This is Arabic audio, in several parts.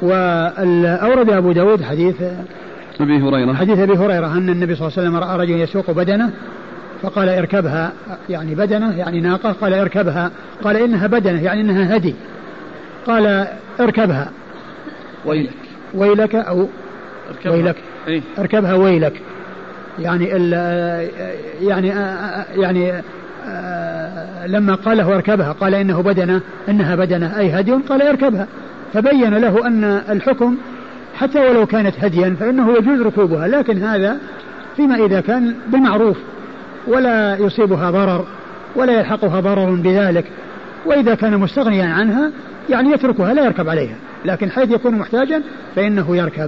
وأورد أبو داود حديث أبي هريرة أن النبي صلى الله عليه وسلم رأى رجل يسوق بدنه فقال اركبها، يعني بدنه يعني ناقة، قال اركبها، قال إنها بدنه يعني إنها هدي، قال اركبها ويلك أو ويلك اركبها ويلك، يعني لما قاله اركبها قال إنها بدنه أي هدي، قال اركبها، فبين له أن الحكم حتى ولو كانت هديا فإنه يجوز ركوبها، لكن هذا فيما إذا كان بالمعروف ولا يصيبها ضرر ولا يلحقها ضرر بذلك، وإذا كان مستغنيا عنها يعني يتركها لا يركب عليها، لكن حيث يكون محتاجا فإنه يركب.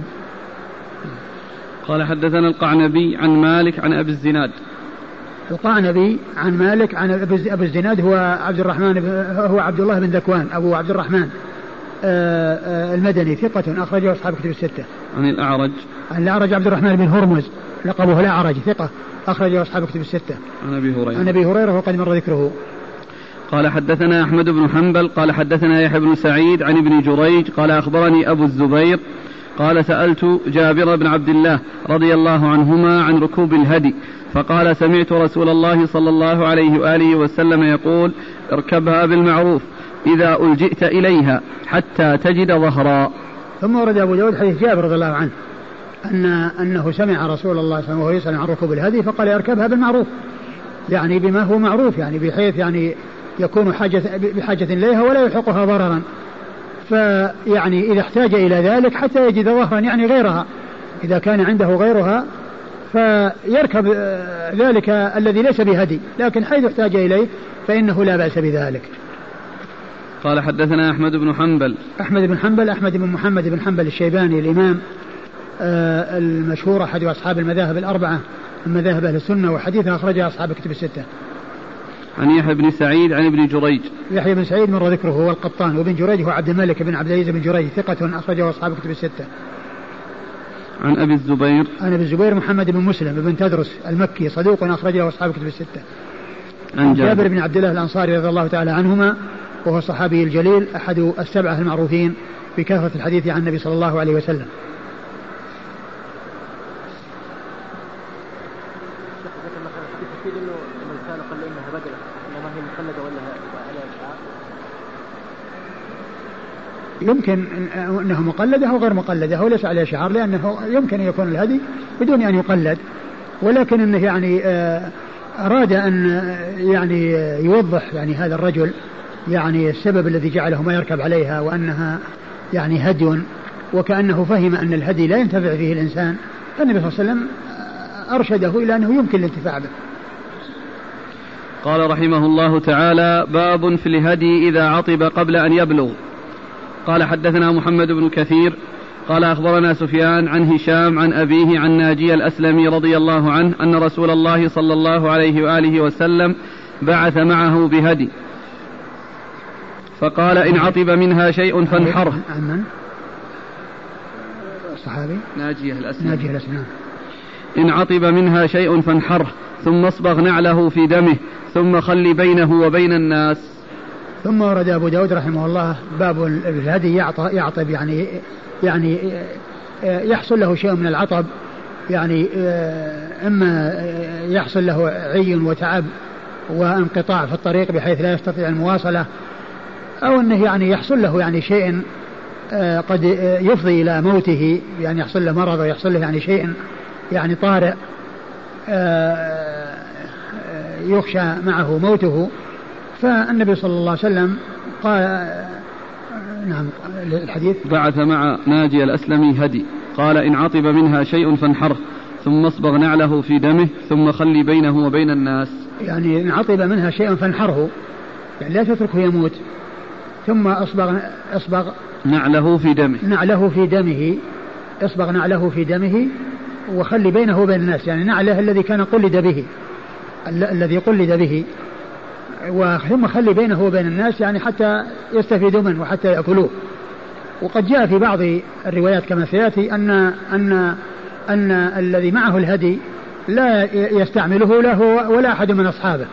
قال حدثنا القعنبي عن مالك عن أبي الزناد. القعنبي عن مالك عن أبي الزناد هو عبد الله بن ذكوان أبو عبد الرحمن المدني ثقة أخرجه أصحاب كتب الستة. عن الأعرج عبد الرحمن بن هرمز لقبه الأعرج ثقة أخرجه أصحاب كتب الستة. عن أبي هريرة وقد مر ذكره. قال حدثنا أحمد بن حنبل قال حدثنا يحيى بن سعيد عن ابن جريج قال أخبرني أبو الزبير قال سألت جابر بن عبد الله رضي الله عنهما عن ركوب الهدي فقال سمعت رسول الله صلى الله عليه وآله وسلم يقول اركبها بالمعروف إذا ألجئت إليها حتى تجد ظهرا. ثم ورد أبو داود حديث جابر رضي الله عنه أنه سمع رسول الله صلى الله عليه وسلم وهو يسأل عن ركوب الهدي فقال اركبها بالمعروف، يعني بما هو معروف، يعني بحيث يعني يكون بحاجة إليها ولا يلحقها ضررا، فيعني إذا احتاج إلى ذلك حتى يجد ظهرا يعني غيرها، إذا كان عنده غيرها فيركب ذلك الذي ليس بهدي، لكن حيث احتاج إليه فإنه لا بأس بذلك. قال حدثنا أحمد بن بن محمد بن حنبل الشيباني الإمام المشهور أحد أصحاب المذاهب الأربعة من مذاهب أهل السنة، وحديثه أخرجه أصحاب كتب الستة. عن يحيى بن سعيد عن ابن جريج. يحيى بن سعيد مر ذكره هو القطان، وابن جريج هو عبد الملك بن عبد العزيز بن جريج ثقة أخرجه أصحاب كتب الستة. عن أبي الزبير محمد بن مسلم بن تدرس المكي صدوق أخرجه أصحاب كتب الستة. عن جابر بن عبد الله الأنصاري رضي الله تعالى عنهما وهو الصحابي الجليل أحد السبعة المعروفين بكثرة الحديث عن النبي صلى الله عليه وسلم. يمكن أنه مقلدة أو غير مقلدة، هو ليس عليه شعار، لأنه يمكن أن يكون الهدي بدون أن يقلد، ولكن أنه يعني أراد أن يعني يوضح يعني هذا الرجل يعني السبب الذي جعله ما يركب عليها، وأنها يعني هدي، وكأنه فهم أن الهدي لا ينتفع فيه الإنسان، فالنبي صلى الله عليه وسلم أرشده إلى أنه يمكن الانتفاع به. قال رحمه الله تعالى: باب في الهدي إذا عطب قبل أن يبلغ. قال حدثنا محمد بن كثير قال أخبرنا سفيان عن هشام عن أبيه عن ناجي الأسلمي رضي الله عنه أن رسول الله صلى الله عليه وآله وسلم بعث معه بهدي فقال: إن عطب منها شيء فانحره. الصحابي ناجي الأسلمي. إن عطب منها شيء فانحره ثم اصبغ نعله في دمه ثم خل بينه وبين الناس. ثم ورد أبو داود رحمه الله باب الهدي يعطب، يعني يحصل له شيء من العطب، يعني إما يحصل له عي وتعب وانقطاع في الطريق بحيث لا يستطيع المواصلة، أو أنه يعني يحصل له يعني شيء قد يفضي إلى موته، يعني يحصل له مرض ويحصل له يعني شيء يعني طارئ يخشى معه موته. فالنبي صلى الله عليه وسلم قال نعم الحديث: بعث مع ناجي الأسلمي هدي قال: إن عطب منها شيء فانحره ثم اصبغ نعله في دمه ثم خلي بينه وبين الناس. يعني إن عطب منها شيء فانحره، يعني لا تتركه يموت، ثم اصبغ نعله في دمه وخلي بينه وبين الناس، يعني نعله الذي كان الذي قلد به، ثم خلي بينه وبين الناس يعني حتى يستفيدوا منه وحتى يأكلوه. وقد جاء في بعض الروايات كما سيأتي أن الذي معه الهدي لا يستعمله له ولا أحد من أصحابه،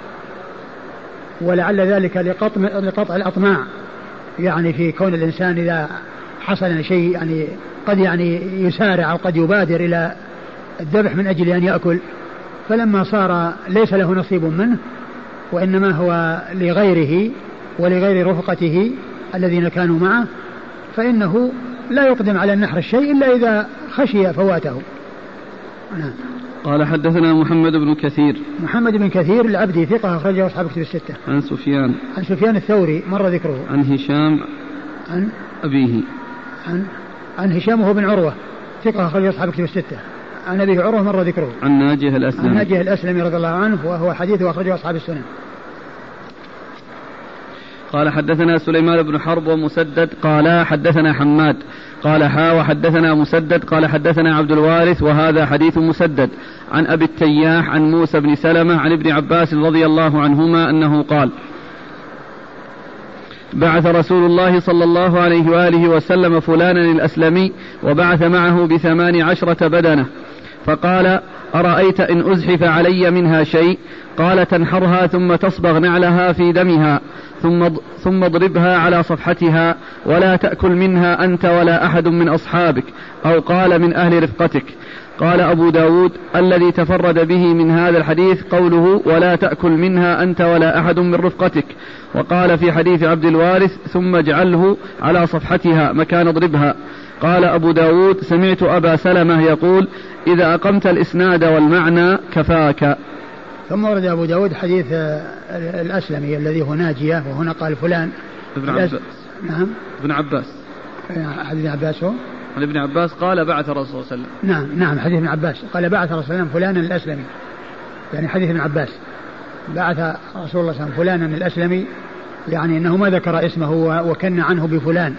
ولعل ذلك لقطع الأطماع، يعني في كون الإنسان إذا حصل شيء يعني قد يعني يسارع أو قد يبادر إلى الذبح من أجل أن يأكل، فلما صار ليس له نصيب منه وإنما هو لغيره ولغير رفقته الذين كانوا معه، فإنه لا يقدم على النحر الشيء إلا إذا خشي فواته. نعم. قال حدثنا محمد بن كثير. محمد بن كثير العبدي ثقة أخرجه أصحاب كتب الستة. عن سفيان. عن سفيان الثوري مر ذكره. عن هشام عن أبيه. عن هشام وهو بن عروة ثقة أخرجه أصحاب كتب الستة. عن أبيه عروة مر ذكره. عن ناجيه الأسلمي. عن ناجيه الأسلمي رضي الله عنه وهو حديثه أخرجه أصحاب السنن. قال حدثنا سليمان بن حرب ومسدد قال حدثنا حماد قال وحدثنا مسدد قال حدثنا عبد الوارث وهذا حديث مسدد عن أبي التياح عن موسى بن سلمة عن ابن عباس رضي الله عنهما أنه قال بعث رسول الله صلى الله عليه وآله وسلم فلانا الأسلمي وبعث معه ب18 بدنة فقال أرأيت إن أزحف علي منها شيء؟ قال تنحرها ثم تصبغ نعلها في دمها ثم اضربها على صفحتها ولا تأكل منها أنت ولا أحد من أصحابك أو قال من أهل رفقتك. قال أبو داود الذي تفرد به من هذا الحديث قوله ولا تأكل منها أنت ولا أحد من رفقتك. وقال في حديث عبد الوارث ثم اجعله على صفحتها مكان اضربها. قال أبو داود سمعت أبا سلمة يقول إذا أقمت الإسناد والمعنى كفاك. ثم ورد أبو داود حديث الأسلمي الذي هو ناجية وهنا قال فلان ابن عباس. نعم ابن عباس. حديث ابن عباس هو عن ابن عباس قال بعث الرسول صلى الله عليه وسلم. نعم حديث ابن عباس قال بعث الرسول صلى الله عليه وسلم فلانا الأسلمي، يعني حديث ابن عباس بعث رسول الله صلى الله عليه وسلم فلانا الأسلمي، يعني أنه ما ذكر اسمه وكن عنه بفلان.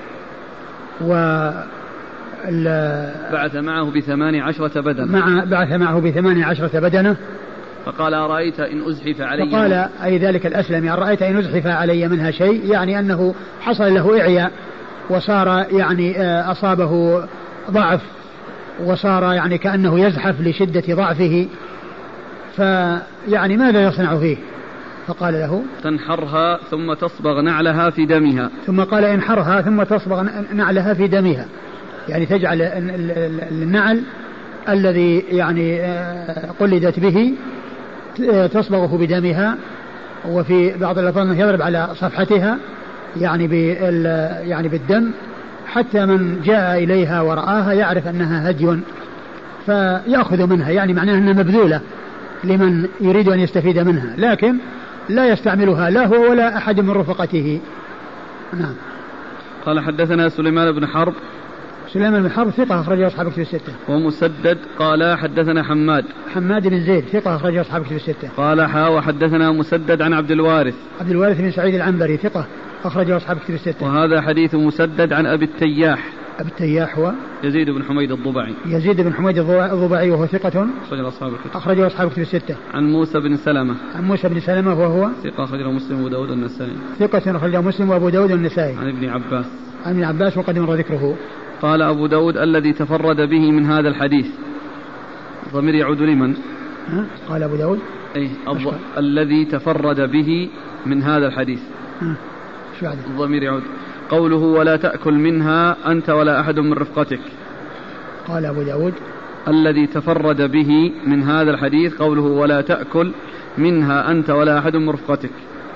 بعث معه ب18 بدنة. بعث معه ب18 بدنة. فقال أرأيت إن أزحف علي. فقال أي ذلك الأسلمي أرأيت إن أزحف علي منها شيء، يعني أنه حصل له إعياء وصار يعني أصابه ضعف وصار يعني كأنه يزحف لشدة ضعفه، فيعني ماذا يصنع فيه؟ فقال له تنحرها ثم تصبغ نعلها في دمها. ثم قال انحرها ثم تصبغ نعلها في دمها، يعني تجعل النعل الذي يعني قلدت به تصبغه بدمها، وفي بعض الألفاظ يضرب على صفحتها يعني بالدم، حتى من جاء إليها ورآها يعرف أنها هدي فيأخذ منها، يعني معناها أنها مبذولة لمن يريد أن يستفيد منها، لكن لا يستعملها لا هو ولا أحد من رفقته. نعم. قال حدثنا سليمان بن حرب. سليمان بن حرب ثقة أخرجه أصحاب كتب الستة. ومسدد قال حدثنا حماد بن زيد ثقة أخرجه أصحاب كتب الستة. قال وحدثنا مسدد عن عبد الوارث بن سعيد العنبري ثقة أخرجه أصحاب كتب الستة. وهذا حديث مسدد عن أبي التياح. أبي التياح هو يزيد بن حميد الضبعي وهو ثقة أخرجه أصحاب كتب الستة. عن موسى بن سلمة وهو ثقة أخرجه مسلم وأبو داود والنسائي. ثقة أخرجه مسلم وأبو داود والنسائي. عن ابن عباس وقد مر ذكره. قال أبو داود الذي تفرد به من هذا الحديث، ضمير يعود لمن؟ قال أبو داود الذي تفرد به من هذا الحديث، الضمير يعود قوله ولا تأكل منها أنت ولا أحد من رفقتك. قال أبو داود الذي تفرد به من هذا الحديث قوله ولا تأكل منها أنت ولا أحد من رفقتك.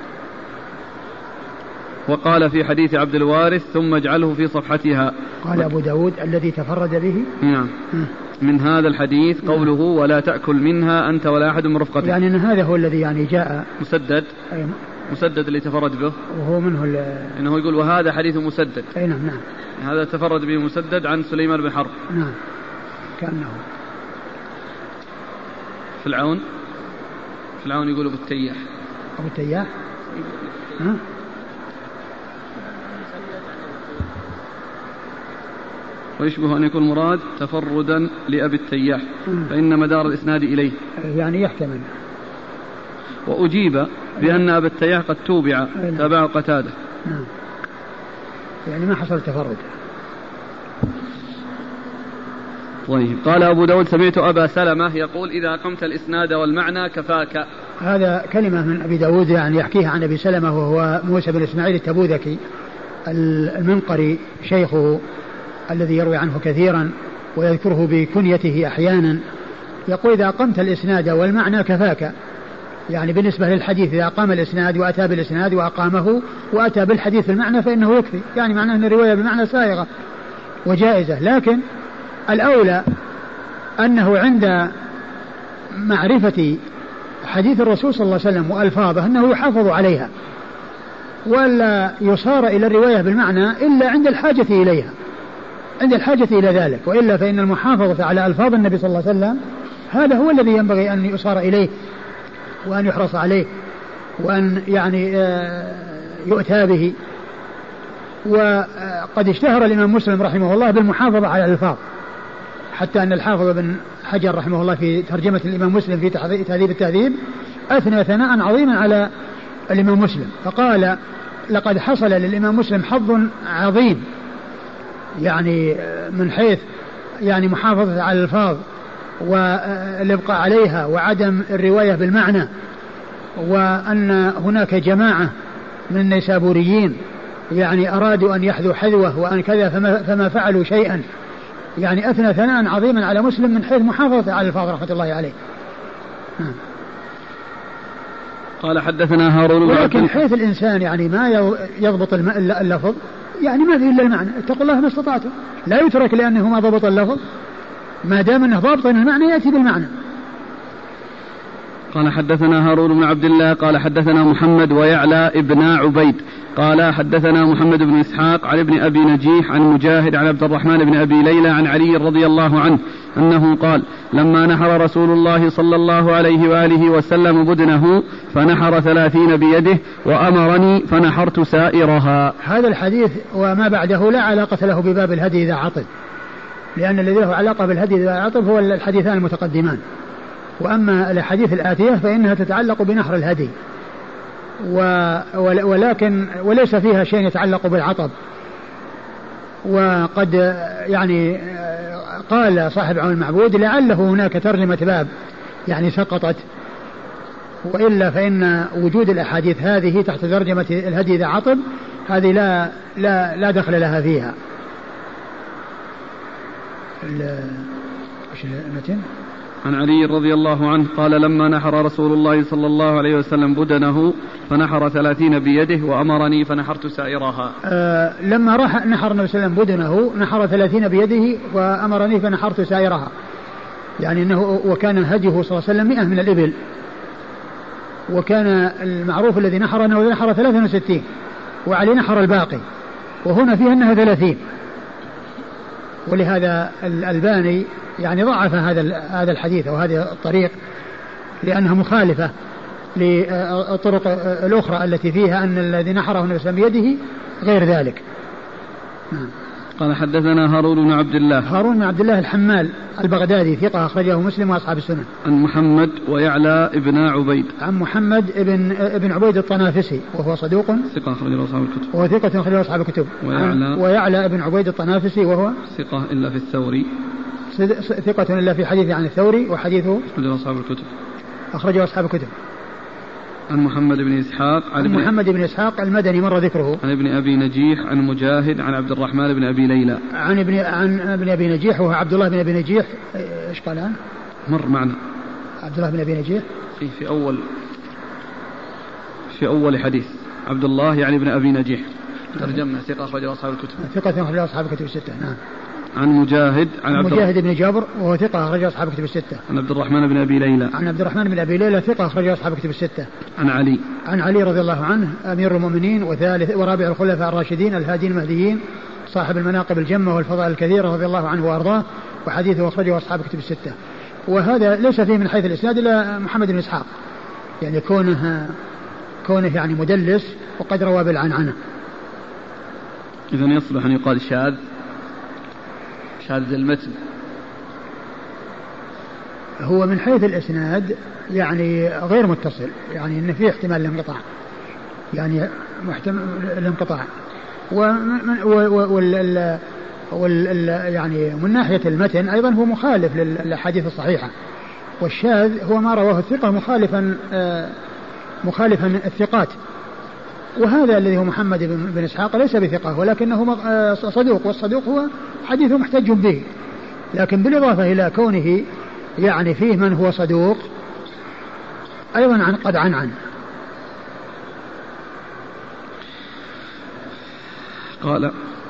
وقال في حديث عبد الوارث ثم اجعله في صفحتها. قال أبو داود الذي تفرد به نعم من هذا الحديث قوله ولا تأكل منها أنت ولا أحد من رفقتك، يعني أن هذا هو الذي يعني جاء مسدد اللي تفرد به، وهو منه إنه يقول وهذا حديث مسدد. نعم. هذا تفرد به مسدد عن سليمان بن حرب. نعم. كأنه في العون يقول أبو التياح. ويشبه أن يكون مراد تفردا لأبي التياح فإن مدار الإسناد إليه، يعني يحتمل. وأجيب بأن أبا التياح قد توبع تابعه قتادة. يعني ما حصل تفرد. طيب. قال أبو داود سمعت أبا سلمة يقول إذا قمت الإسناد والمعنى كفاك. هذا كلمة من أبي داود يعني يحكيها عن أبي سلمة وهو موسى بن إسماعيل التبوذكي، المنقري شيخه الذي يروي عنه كثيرا ويذكره بكنيته أحيانا، يقول إذا أقمت الإسناد والمعنى كفاك، يعني بالنسبة للحديث إذا أقام الإسناد وأتى بالإسناد وأقامه وأتى بالحديث المعنى فإنه يكفي، يعني معناه أن الرواية بالمعنى سائغة وجائزة. لكن الأولى أنه عند معرفة حديث الرسول صلى الله عليه وسلم وألفاظه أنه يحافظ عليها، ولا يصار إلى الرواية بالمعنى إلا عند الحاجة إليها، عند الحاجة إلى ذلك، وإلا فإن المحافظة على ألفاظ النبي صلى الله عليه وسلم هذا هو الذي ينبغي أن يصار إليه وأن يحرص عليه وأن يعني يؤتى به. وقد اشتهر الإمام مسلم رحمه الله بالمحافظة على الألفاظ، حتى أن الحافظ بن حجر رحمه الله في ترجمة الإمام مسلم في تهذيب التهذيب أثنى ثناء عظيما على الإمام مسلم، فقال لقد حصل للإمام مسلم حظ عظيم يعني من حيث يعني محافظة على الألفاظ والإبقاء عليها وعدم الرواية بالمعنى، وأن هناك جماعة من النيسابوريين يعني أرادوا أن يحذوا حذوه وأن كذا فما فعلوا شيئا، يعني أثنى ثناء عظيما على مسلم من حيث محافظة على الألفاظ رحمة الله عليه. قال حدثنا هارون، ولكن حيث الإنسان يعني ما يضبط اللفظ يعني ما فيه إلا المعنى، اتقوا الله ما استطعتم، لا يترك لأنه ما ضبط اللفظ، ما دام أنه ضابط المعنى يأتي بالمعنى. قال حدثنا هارون بن عبد الله قال حدثنا محمد ويعلى ابن عبيد قال حدثنا محمد بن إسحاق عن ابن أبي نجيح عن مجاهد عن عبد الرحمن بن أبي ليلى عن علي رضي الله عنه أنه قال لما نحر رسول الله صلى الله عليه وآله وسلم بدنه فنحر 30 بيده وأمرني فنحرت سائرها. هذا الحديث وما بعده لا علاقة له بباب الهدي إذا عطل، لأن الذي له علاقة بالهدي إذا عطل هو الحديثان المتقدمان، وأما الحديث الآتية فإنها تتعلق بنحر الهدي ولكن وليس فيها شيء يتعلق بالعطب. وقد يعني قال صاحب عون المعبود لعله هناك ترجمة باب يعني سقطت، وإلا فإن وجود الأحاديث هذه تحت ترجمة الهدي إذا عطب هذه لا دخل لها فيها. المتن عن علي رضي الله عنه قال لما نحر رسول الله صلى الله عليه وسلم بدنه فنحر 30 بيده وأمرني فنحرت سائرها. لما راح نحر النبي صلى الله عليه وسلم بدنه نحر 30 بيده وأمرني فنحرت سائرها، يعني أنه وكان هديه صلى الله عليه وسلم 100 من الإبل، وكان المعروف الذي نحر أنه نحر 63 وعلي نحر الباقي، وهنا فيها أنها 30. ولهذا الألباني يعني ضعف هذا الحديث أو هذه الطريق لأنها مخالفة للطرق الأخرى التي فيها أن الذي نحره النبي صلى الله عليه وسلم بيده غير ذلك. قال حدثنا هارون بن عبد الله. هارون بن عبد الله الحمال البغدادي ثقة أخرجه مسلم وأصحاب السنن. عن محمد ويعلى ابن عبيد. عن محمد ابن عبيد الطنافسي وهو صدوق ثقة أخرجه أصحاب الكتب. وهو ثقة أخرجه أصحاب الكتب. ويعلى ابن عبيد الطنافسي وهو ثقة إلا في الثوري. ثقة إلا في حديث عن الثوري وحديثه أخرجه أصحاب الكتب. أخرجه أصحاب الكتب. عن محمد بن إسحاق عن محمد بن إسحاق المدني مر ذكره. عن ابن أبي نجيح عن مجاهد عن عبد الرحمن بن أبي ليلى. عن ابن أبي نجيح وهو عبد الله بن أبي نجيح. إيش قال الآن؟ مر معنا عبد الله بن أبي نجيح في أول حديث عبد الله يعني ابن أبي نجيح ترجمنا ثقة أخرجه أصحاب الكتب. ثقة أخرجه أصحاب الكتب الستة. نعم. عن مجاهد عن مجاهد بن جابر وهو ثقة أخرجه أصحاب الكتب الستة. عن عبد الرحمن بن أبي ليلى. عن عبد الرحمن بن أبي ليلى ثقة أخرجه أصحاب الكتب الستة. عن علي رضي الله عنه أمير المؤمنين ورابع الخلفاء الراشدين الهادين المهديين صاحب المناقب الجمة والفضائل الكثيرة رضي الله عنه وأرضاه، وحديثه أخرجه أصحاب الكتب الستة. وهذا ليس فيه من حيث الإسناد إلا محمد بن إسحاق، يعني كونه يعني مدلس وقد روى بالعنعنة. إذن يصلح أن يقال شاذ المتن. هو من حيث الإسناد يعني غير متصل، يعني إن فيه احتمال الانقطاع، يعني محتمل الانقطاع. يعني من ناحية المتن أيضا هو مخالف للأحاديث الصحيحة، والشاذ هو ما رواه الثقة مخالفا الثقات، وهذا الذي هو محمد بن إسحاق ليس بثقة ولكنه صدوق، والصدوق هو حديث محتج به، لكن بالإضافة إلى كونه يعني فيه من هو صدوق أيضا قد عن قال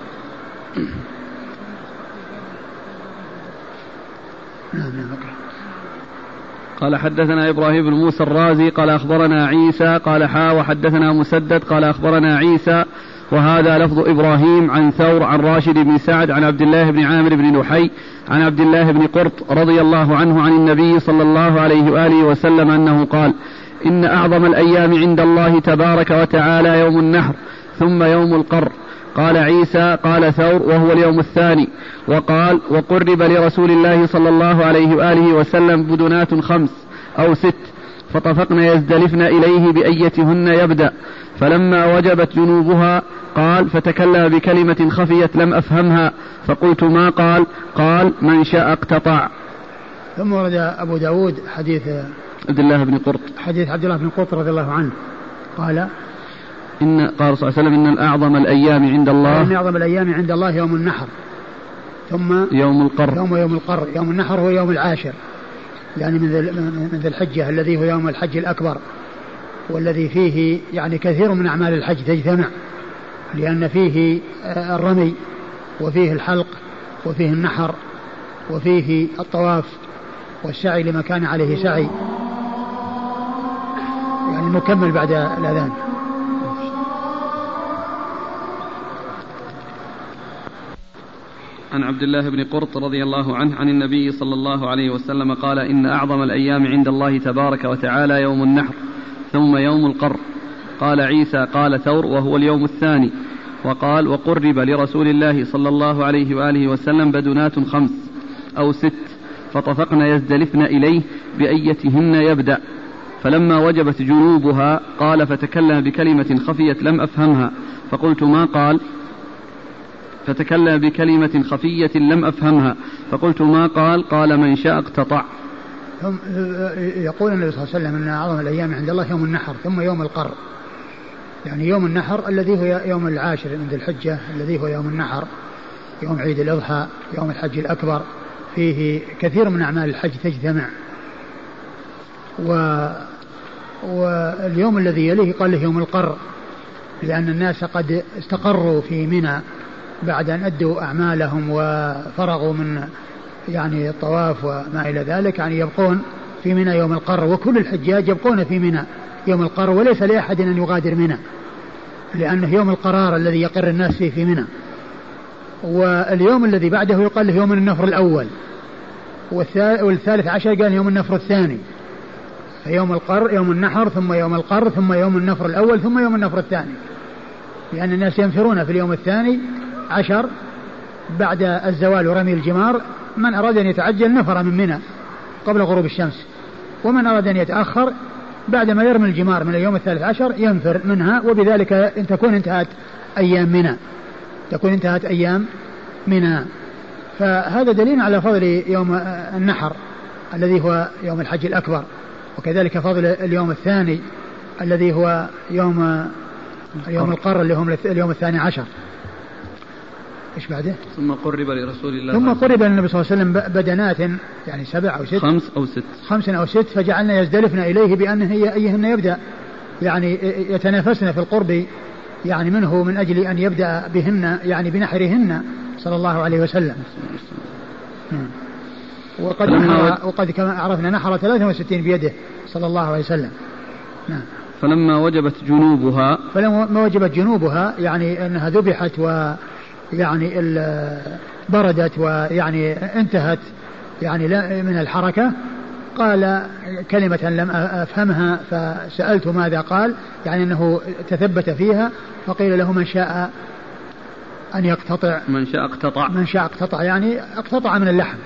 قال حدثنا إبراهيم بن موسى الرازي قال أخبرنا عيسى قال وحدثنا مسدد قال أخبرنا عيسى وهذا لفظ إبراهيم عن ثور عن راشد بن سعد عن عبد الله بن عامر بن نحي عن عبد الله بن قرط رضي الله عنه عن النبي صلى الله عليه وآله وسلم أنه قال: إن أعظم الأيام عند الله تبارك وتعالى يوم النحر ثم يوم القر. قال عيسى قال ثور وهو اليوم الثاني. وقال: وقرب لرسول الله صلى الله عليه وآله وسلم بدنات 5 أو 6 فطفقن يزدلفن إليه بأيتهن يبدأ، فلما وجبت جنوبها قال: فتكلم بكلمة خفيت لم أفهمها فقلت ما قال؟ قال: من شاء اقتطع. ثم ورد أبو داود حديث عبد الله بن قرط، حديث عبد الله بن قرط رضي الله عنه قال قال صلى الله عليه وسلم: إن أعظم الأيام عند الله، إن أعظم الأيام عند الله يوم النحر ثم يوم القر. يوم القر. يوم النحر هو يوم العاشر يعني من ذي الحجة الذي هو يوم الحج الأكبر، والذي فيه يعني كثير من أعمال الحج تجتمع، لأن فيه الرمي وفيه الحلق وفيه النحر وفيه الطواف والسعي لما كان عليه سعي، يعني نكمل بعد الأذان. عن عبد الله بن قرط رضي الله عنه عن النبي صلى الله عليه وسلم قال: إن أعظم الأيام عند الله تبارك وتعالى يوم النحر ثم يوم القر. قال عيسى قال ثور وهو اليوم الثاني. وقال: وقرب لرسول الله صلى الله عليه وآله وسلم بدنات 5 أو 6 فطفقن يزدلفن إليه بأيتهن يبدأ، فلما وجبت جنوبها قال: فتكلم بكلمة خفية لم أفهمها فقلت ما قال؟ فتكلم بكلمة خفية لم أفهمها فقلت ما قال؟ قال: من شاء اقتطع. يقول النبي صلى الله عليه وسلم: أن أعظم الأيام عند الله يوم النحر ثم يوم القر، يعني يوم النحر الذي هو يوم العاشر من ذي الحجة الذي هو يوم النحر، يوم عيد الأضحى، يوم الحج الأكبر، فيه كثير من أعمال الحج تجتمع. واليوم الذي يليه قال له يوم القر، لأن الناس قد استقروا في منى بعد أن أدوا أعمالهم وفرغوا من يعني الطواف وما إلى ذلك، يعني يبقون في منى يوم القر، وكل الحجاج يبقون في منى يوم القر، وليس لأحد أن يغادر منى، لأنه يوم القرار الذي يقر الناس فيه في منى. واليوم الذي بعده يقال له يوم النفر الأول، والثالث عشر قال يوم النفر الثاني. فيوم القر يوم النحر ثم يوم القر ثم يوم النفر الأول ثم يوم النفر الثاني، لأن الناس ينفرون في اليوم الثاني عشر بعد الزوال ورمي الجمار. من أراد أن يتعجل نفر من منى قبل غروب الشمس، ومن أراد أن يتأخر بعدما يرمي الجمار من اليوم 13 ينفر منها، وبذلك تكون انتهت أيام منى. فهذا دليل على فضل يوم النحر الذي هو يوم الحج الأكبر، وكذلك فضل اليوم الثاني الذي هو يوم القر اللي هم اليوم 12. إيش بعده؟ ثم قرب لرسول الله، ثم قرب للنبي صلى الله عليه وسلم بدنات يعني 7 أو 6 5 أو 6 فجعلنا يزدلفن إليه بأنه أيهن يبدأ، يعني يتنافسن في القرب يعني منه من أجل أن يبدأ بهن يعني بنحرهن صلى الله عليه وسلم. وقد كما عرفنا نحر 63 بيده صلى الله عليه وسلم. فلما وجبت جنوبها يعني أنها ذبحت ويعني بردت ويعني انتهت يعني من الحركة، قال كلمة لم أفهمها فسألت ماذا قال، يعني أنه تثبت فيها، فقيل له من شاء أن يقتطع، من شاء اقتطع يعني اقتطع من اللحم.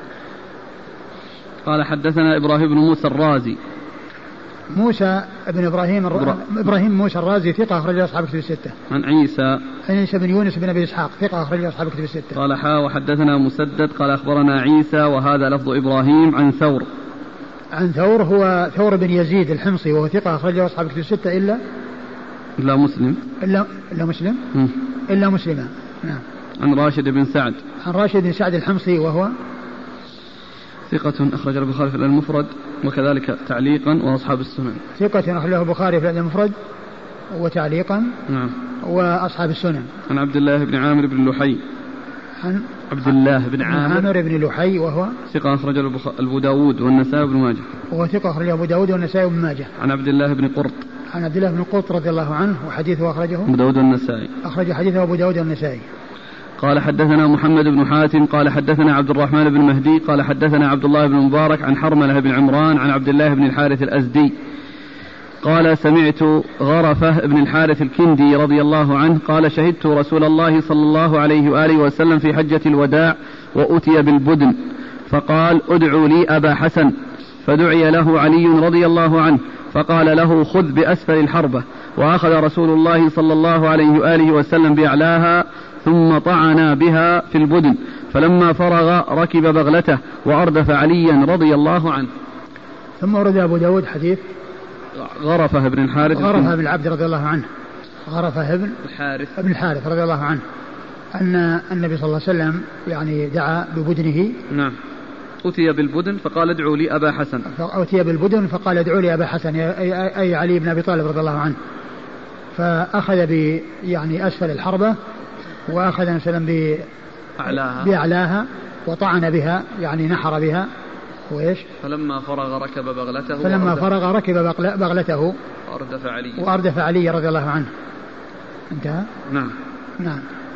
قال حدثنا إبراهيم بن موسى الرازي، موسى بن إبراهيم موسى الرازي ثقة أخرج أصحاب كتب الستة. عن عيسى بن يونس بن أبي إسحاق ثقة أخرج أصحاب كتب الستة. قال وحدثنا مسدد قال أخبرنا عيسى وهذا لفظ إبراهيم عن ثور هو ثور بن يزيد الحمصي وهو ثقة أخرج أصحاب كتب الستة إلا إلا مسلم. إلا مسلم. إلا مسلما. نعم. عن راشد بن سعد. عن راشد بن سعد الحمصي وهو ثقة أخرج البخاري في المفرد وكذلك تعليقا وأصحاب السنن. ثقة أخرج البخاري في المفرد وتعليقا. نعم. وأصحاب السنن. عن عبد الله بن عامر بن لحي. عن عبد الله بن عامر بن لحي وهو ثقة أخرج أبو داود والنسائي بن ماجه. وهو ثقة أخرج أبو داود والنسائي بن ماجه. عن عبد الله بن قرط. عن عبد الله بن قرط رضي الله عنه وحديثه أخرجه أبو داود والنسائي. أخرج حديثه أبو داود والنسائي. قال حدثنا محمد بن حاتم قال حدثنا عبد الرحمن بن مهدي قال حدثنا عبد الله بن مبارك عن حرملة بن عمران عن عبد الله بن الحارث الأزدي قال سمعت غرفة بن الحارث الكندي رضي الله عنه قال شهدت رسول الله صلى الله عليه وآله وسلم في حجة الوداع وأتي بالبدن فقال ادعوا لي أبا حسن فدعي له علي رضي الله عنه فقال له خذ بأسفل الحربة وأخذ رسول الله صلى الله عليه وآله وسلم بأعلاها ثم طعنا بها في البدن فلما فرغ ركب بغلته وأردف عليا رضي الله عنه. ثم ورد أبو داود حديث غرفة بن الحارث غرفة بن العبد رضي الله عنه غرفة بن الحارث رضي الله عنه أن النبي صلى الله عليه وسلم يعني دعا ببدنه. نعم. أتي بالبدن فقال ادعوا لي أبا حسن. أتي بالبدن فقال ادعوا لي أبا حسن أي علي بن أبي طالب رضي الله عنه. فأخذ يعني أسفل الحربة وأخذ مثلا بأعلاها وطعن بها يعني نحر بها وإيش. فلما فرغ ركب بغلته وأردف علي رضي الله عنه. انتهى. نعم.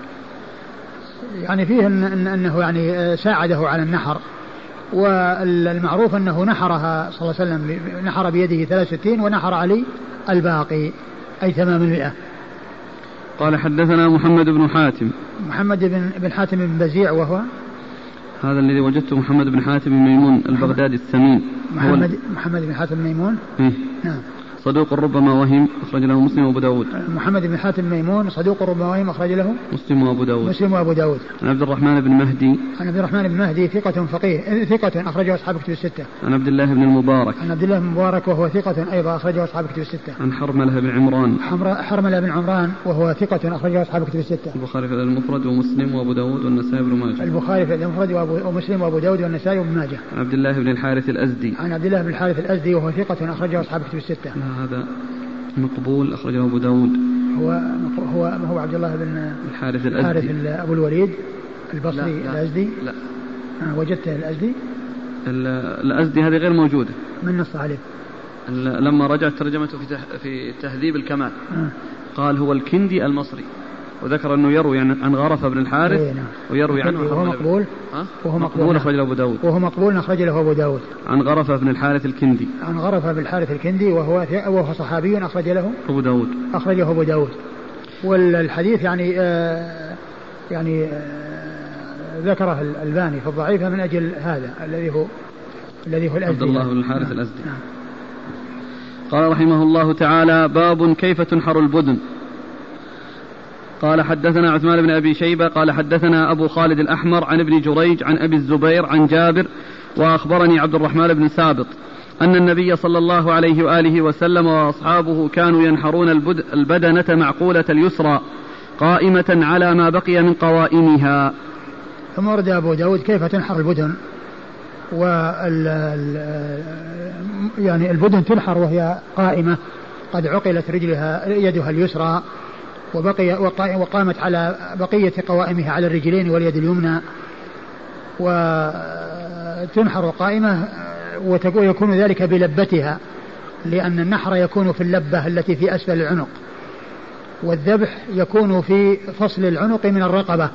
يعني فيه أنه يعني ساعده على النحر والمعروف أنه نحرها صلى الله عليه وسلم نحر بيده 63 ونحر علي الباقي أي 800. قال حدثنا محمد بن حاتم. محمد بن حاتم بن بزيع وهو هذا الذي وجدته محمد بن حاتم بن ميمون البغدادي السمين. محمد بن حاتم بن ميمون. نعم. صدوق ربما وهم أخرج له مسلم وأبو داود. محمد بن حاتم ميمون صدوق ربما وهم أخرج له مسلم وأبو داود. عن عبد الرحمن بن مهدي ثقة فقيه ثقة أخرجه أصحاب كتب الستة. عن عبد الله بن المبارك وهو ثقة أيضا أخرجه أصحاب كتب الستة. عن حرملة بن عمران وهو ثقة أخرجه أصحاب كتب الستة. البخاري في المفرد ومسلم وأبو داود والنسائي بن ماجه. البخاري في المفرد ومسلم وأبو داود والنسائي بن ماجه. عن عبد الله بن الحارث الأزدي وهو ثقة أخرجه أصحاب كتب الستة. هذا مقبول أخرجه أبو داود. هو عبد الله بن الحارث أبو الوليد البصري. لا. الأزدي. لا. وجدته الأزدي هذه غير موجودة. من نص عليه؟ لما رجعت ترجمته في تهذيب الكمال قال هو الكندي المصري وذكر أنه يروي عن غرفة بن الحارث ويروي عنه. وهو مقبول أخرج له أبو داود. أخرج له أبو داود. عن غرفة بن الحارث الكندي وهو صحابي أخرج له أبو داود. والحديث يعني ذكره الألباني في الضعيفة من أجل هذا الذي هو الأزدي عبد الله بن الحارث الأزدي. قال رحمه الله تعالى باب كيف تنحر البدن. قال حدثنا عثمان بن أبي شيبة قال حدثنا أبو خالد الأحمر عن ابن جريج عن أبي الزبير عن جابر وأخبرني عبد الرحمن بن سابط أن النبي صلى الله عليه وآله وسلم وأصحابه كانوا ينحرون البدنة معقولة اليسرى قائمة على ما بقي من قوائمها. ثم ورد أبو داود كيف تنحر البدن. يعني البدن تنحر وهي قائمة قد عقلت يدها اليسرى وقامت على بقية قوائمها على الرجلين واليد اليمنى وتنحر قائمة ويكون ذلك بلبتها لأن النحر يكون في اللبة التي في أسفل العنق والذبح يكون في فصل العنق من الرقبة.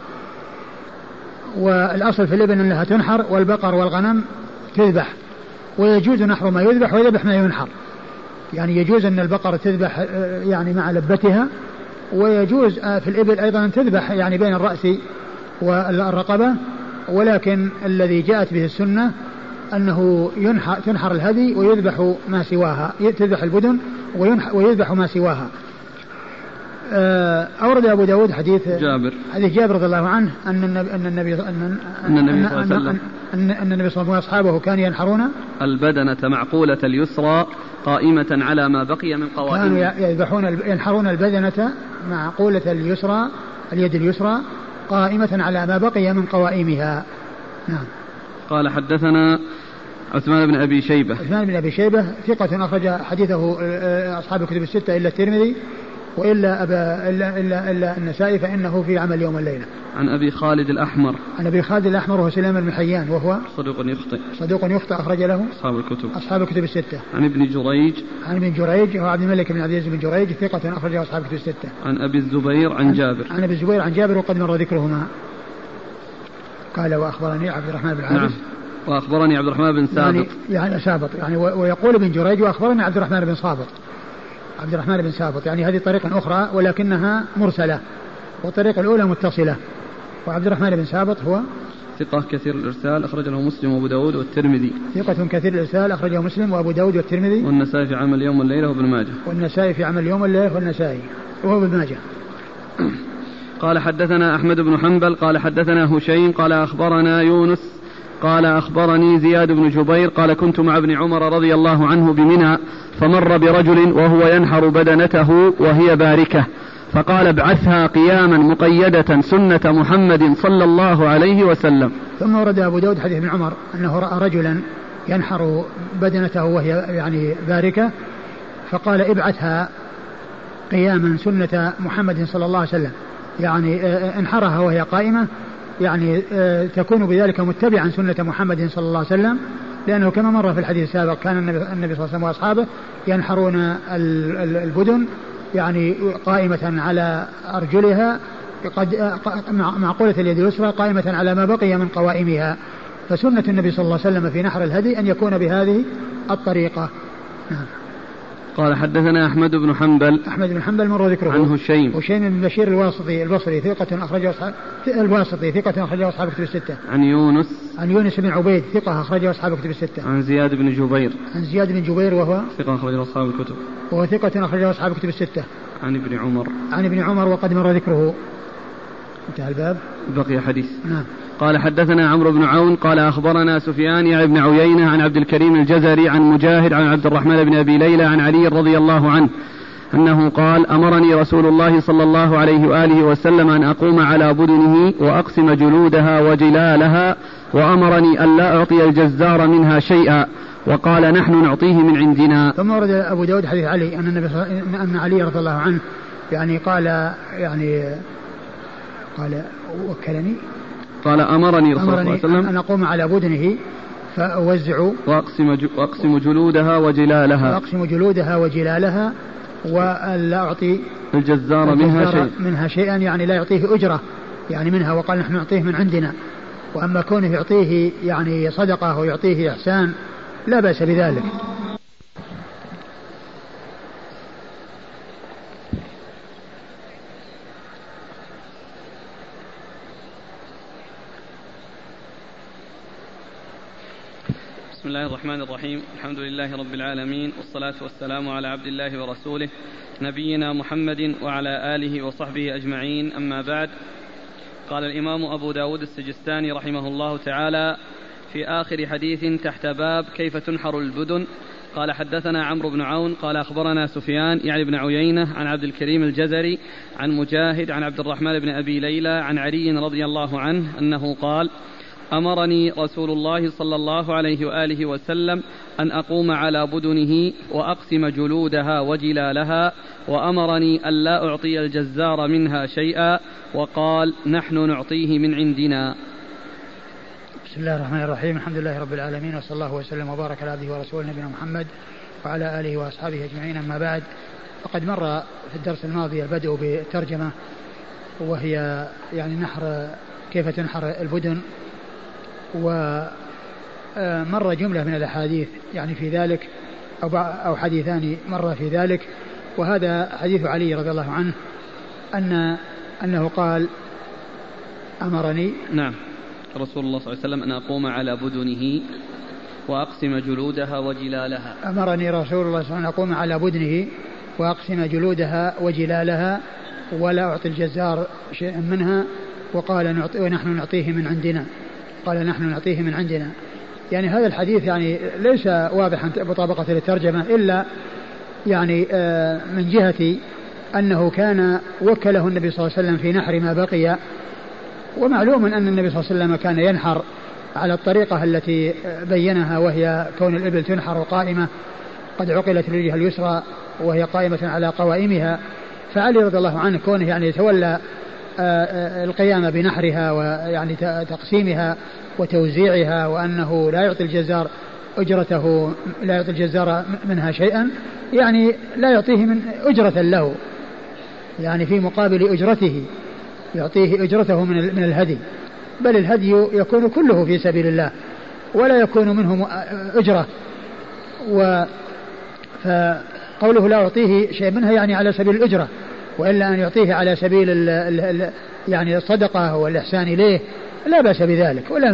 والأصل في الإبل أنها تنحر والبقر والغنم تذبح ويجوز نحر ما يذبح ويذبح ما ينحر. يعني يجوز أن البقر تذبح يعني مع لبتها ويجوز في الإبل أيضا أن تذبح يعني بين الرأس والرقبة. ولكن الذي جاءت به السنة أنه تنحر الهدي ويذبح ما سواها تذبح البدن ويذبح ما سواها. أورد أبو داود حديث جابر رضي الله عنه أن النبي صلى الله عليه وسلم وأصحابه كانوا ينحرون البدنة معقولة اليسرى قائمة على ما بقي من قوائمها. كانوا ينحرون البدنة معقولة اليسرى اليد اليسرى قائمة على ما بقي من قوائمها. نعم. قال حدثنا عثمان بن أبي شيبة ثقة أخرج حديثه أصحاب الكتب الستة إلا الترمذي وإلا إلا النسائي فإنه في عمل يوم الليلة. عن أبي خالد الأحمر وهو سليمان بن حيان وهو صدوق يخطئ أخرج له أصحاب الكتب الستة. عن ابن جريج وهو عبد الملك بن عبد العزيز بن جريج ثقة أخرجه أصحاب الكتب الستة. عن أبي الزبير عن جابر وقد مر ذكرهما. قال وأخبرني عبد الرحمن بن عابس وأخبرني عبد الرحمن بن سابط يعني ويقول ابن جريج وأخبرني عبد الرحمن بن سابط يعني هذه طريقة أخرى ولكنها مرسلة والطريقة الأولى متصلة. وعبد الرحمن بن سابط هو ثقة كثير الإرسال أخرجه مسلم وأبو داود والترمذي. ثقة كثير الإرسال أخرجه مسلم وأبو داود والترمذي. والنسائي في عمل يوم والليلة وابن ماجه. وابن ماجه. قال حدثنا أحمد بن حنبل قال حدثنا هشيم قال أخبرنا يونس قال أخبرني زياد بن جبير قال كنت مع ابن عمر رضي الله عنه بمنى فمر برجل وهو ينحر بدنته وهي باركة فقال ابعثها قياما مقيدة سنة محمد صلى الله عليه وسلم. ثم ورد أبو داود حديث ابن عمر أنه رأى رجلا ينحر بدنته وهي يعني باركة فقال ابعثها قياما سنة محمد صلى الله عليه وسلم يعني انحرها وهي قائمة يعني تكون بذلك متبعا سنة محمد صلى الله عليه وسلم لأنه كما مر في الحديث السابق كان النبي صلى الله عليه وسلم وأصحابه ينحرون البدن يعني قائمة على أرجلها معقولة اليد اليسرى قائمة على ما بقي من قوائمها فسنة النبي صلى الله عليه وسلم في نحر الهدي أن يكون بهذه الطريقة. نعم. قال حدثنا أحمد بن حنبل مر ذكره. عن هشيم بن بشير البصري ثقة أخرجه أصحاب الكتب الستة. عن يونس بن عبيد ثقة أخرجه أصحاب الكتب الستة. عن زياد بن جبير وهو ثقة أخرجه أصحاب الكتب الستة. عن ابن عمر وقد مر ذكره. انتهى الباب بقي حديث. نعم. قال حدثنا عمرو بن عون قال أخبرنا سفيان يعني بن عيينة عن عبد الكريم الجزري عن مجاهد عن عبد الرحمن بن أبي ليلى عن علي رضي الله عنه أنه قال أمرني رسول الله صلى الله عليه وآله وسلم أن أقوم على بدنه وأقسم جلودها وجلالها وأمرني أن لا أعطي الجزار منها شيئا وقال نحن نعطيه من عندنا. ثم ورد أبو داود حديث علي أن علي رضي الله عنه يعني قال وكلني قال أمرني رسول الله صلى الله عليه وسلم أن أقوم على بدنه فأوزع وأقسم جلودها وجلالها ولا أعطي الجزار منها شيئا يعني لا يعطيه أجرة يعني منها وقال نحن نعطيه من عندنا. وأما كونه يعطيه يعني صدقة ويعطيه إحسان لا بأس بذلك. بسم الله الرحمن الرحيم. الحمد لله رب العالمين والصلاة والسلام على عبد الله ورسوله نبينا محمد وعلى آله وصحبه أجمعين. أما بعد. قال الإمام أبو داود السجستاني رحمه الله تعالى في آخر حديث تحت باب كيف تنحر البدن قال حدثنا عمرو بن عون قال أخبرنا سفيان يعني بن عيينة عن عبد الكريم الجزري عن مجاهد عن عبد الرحمن بن أبي ليلى عن علي رضي الله عنه أنه قال أمرني رسول الله صلى الله عليه وآله وسلم أن أقوم على بدنه وأقسم جلودها وجلالها وأمرني أن لا أعطي الجزار منها شيئا وقال نحن نعطيه من عندنا. بسم الله الرحمن الرحيم. الحمد لله رب العالمين وصلى الله وسلم وبارك على عبده ورسوله نبينا محمد وعلى آله وأصحابه أجمعين. أما بعد فقد مر في الدرس الماضي البدء بالترجمة وهي يعني كيف تنحر البدن ومر جملة من الأحاديث يعني في ذلك أو حديثان مر في ذلك وهذا حديث علي رضي الله عنه أنه قال أمرني نعم رسول الله صلى الله عليه وسلم أن أقوم على بدنه وأقسم جلودها وجلالها. أمرني رسول الله صلى الله عليه وسلم أن أقوم على بدنه وأقسم جلودها وجلالها ولا أعطي الجزار شيئا منها، وقال ونحن نعطيه من عندنا، قال نحن نعطيه من عندنا. يعني هذا الحديث يعني ليس واضحا مطابقة للترجمة، إلا يعني من جهة أنه كان وكله النبي صلى الله عليه وسلم في نحر ما بقي، ومعلوم أن النبي صلى الله عليه وسلم كان ينحر على الطريقة التي بينها، وهي كون الإبل تنحر قائمة قد عقلت رجلها اليسرى وهي قائمة على قوائمها. فعلي رضي الله عنه كونه يعني يتولى القيام بنحرها ويعني تقسيمها وتوزيعها، وأنه لا يعطي الجزار أجرته، لا يعطي الجزار منها شيئا، يعني لا يعطيه من أجرة له، يعني في مقابل أجرته يعطيه أجرته من الهدي، بل الهدي يكون كله في سبيل الله ولا يكون منه أجرة. فقوله لا يعطيه شيء منها يعني على سبيل الأجرة، وإلا أن يعطيه على سبيل يعني الصدقة والإحسان إليه لا بأس بذلك ولا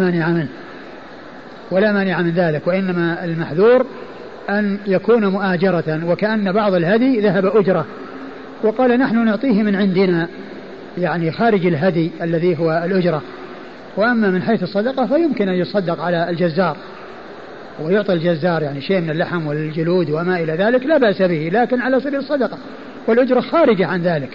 مانع من ذلك، وإنما المحذور أن يكون مؤاجرة، وكأن بعض الهدي ذهب أجرة. وقال نحن نعطيه من عندنا، يعني خارج الهدي الذي هو الأجرة. وأما من حيث الصدقة فيمكن أن يصدق على الجزار ويعطي الجزار يعني شيء من اللحم والجلود وما إلى ذلك، لا بأس به، لكن على سبيل الصدقة، والأجرة خارجة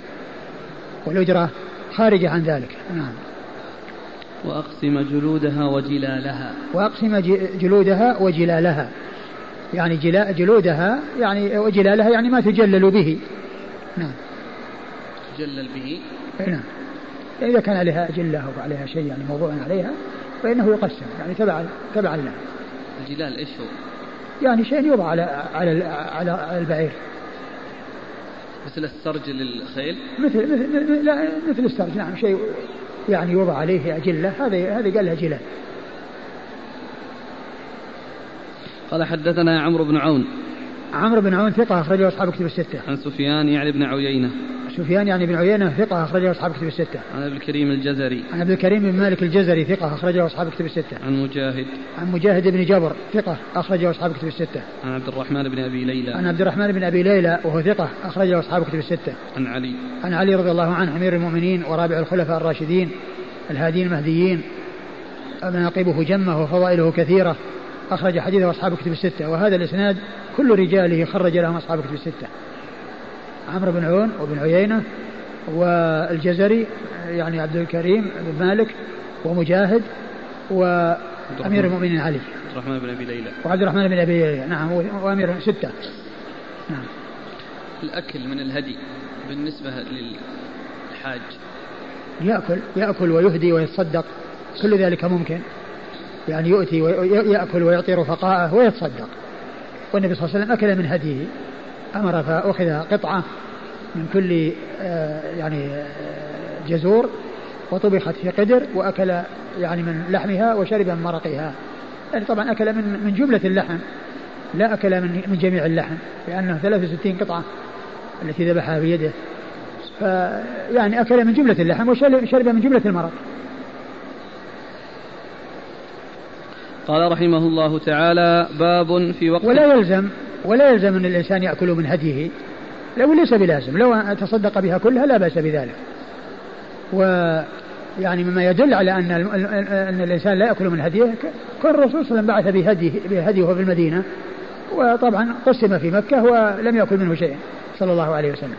عن ذلك. نعم. وأقسم جلودها وجلالها. وأقسم جلودها وجلالها، يعني جلودها يعني وجلالها يعني ما تجلل به. نعم. تجلل به. نعم. إذا كان عليها جلة أو عليها شيء يعني موضوع عليها فإنه يقسم يعني تبع لها. الجلال إيش هو؟ يعني شيء يوضع على البعير، مثل السرج للخيل. مثل السرج، نعم، شيء يعني يوضع عليه أجلة، هذه قال لها جلال. قال حدثنا عمرو بن عون. عمرو بن عون ثقة أخرجه أصحاب كتب الستة. عن سفيان يعني بن عيينة. سفيان يعني بن عيينة ثقة أخرجه أصحاب كتب الستة. عن عبد الكريم الجزري. عن عبد الكريم بن مالك الجزري ثقة أخرجه أصحاب كتب الستة. عن مجاهد. عن مجاهد بن جبر ثقة أخرجه أصحاب كتب الستة. عن عبد الرحمن بن أبي ليلى. عن عبد الرحمن بن أبي ليلى وهو ثقة أخرجه أصحاب كتب الستة. عن علي. عن علي رضي الله عنه أمير المؤمنين ورابع الخلفاء الراشدين الهادين المهديين، مناقبه جمة وفضائله كثيرة، أخرج حديثه أصحاب كتب الستة. وهذا الإسناد كل رجاله خرج لهم أصحاب كتب الستة. عمرو بن عون وبن عيينة والجزري يعني عبد الكريم بن مالك ومجاهد وأمير المؤمنين علي. عبد الرحمن بن أبي ليلى. وعبد الرحمن بن أبي ليلى، نعم، وأمير ستة. نعم. الأكل من الهدي بالنسبة للحاج، يأكل ويهدي ويتصدق، كل ذلك ممكن، يعني يؤتي ويأكل ويعطي رفقاءه ويتصدق. والنبي صلى الله عليه وسلم أكل من هديه، أمر فأخذ قطعة من كل يعني جزور وطبخت في قدر، وأكل يعني من لحمها وشرب من مرقها، يعني طبعا أكل من جملة اللحم، لا أكل من جميع اللحم، لأنه 63 قطعة التي ذبحها بيده، فيعني أكل من جملة اللحم وشرب من جملة المرق. قال رحمه الله تعالى: باب في وقت. ولا يلزم أن الإنسان يأكل من هديه، لو ليس بلازم، لو تصدق بها كلها لا بأس بذلك. ويعني مما يدل على أن الإنسان لا يأكل من هديه كان الرسول صلى الله عليه وسلم بعث بهديه في المدينة، وطبعا قسم في مكة ولم يأكل منه شيء صلى الله عليه وسلم.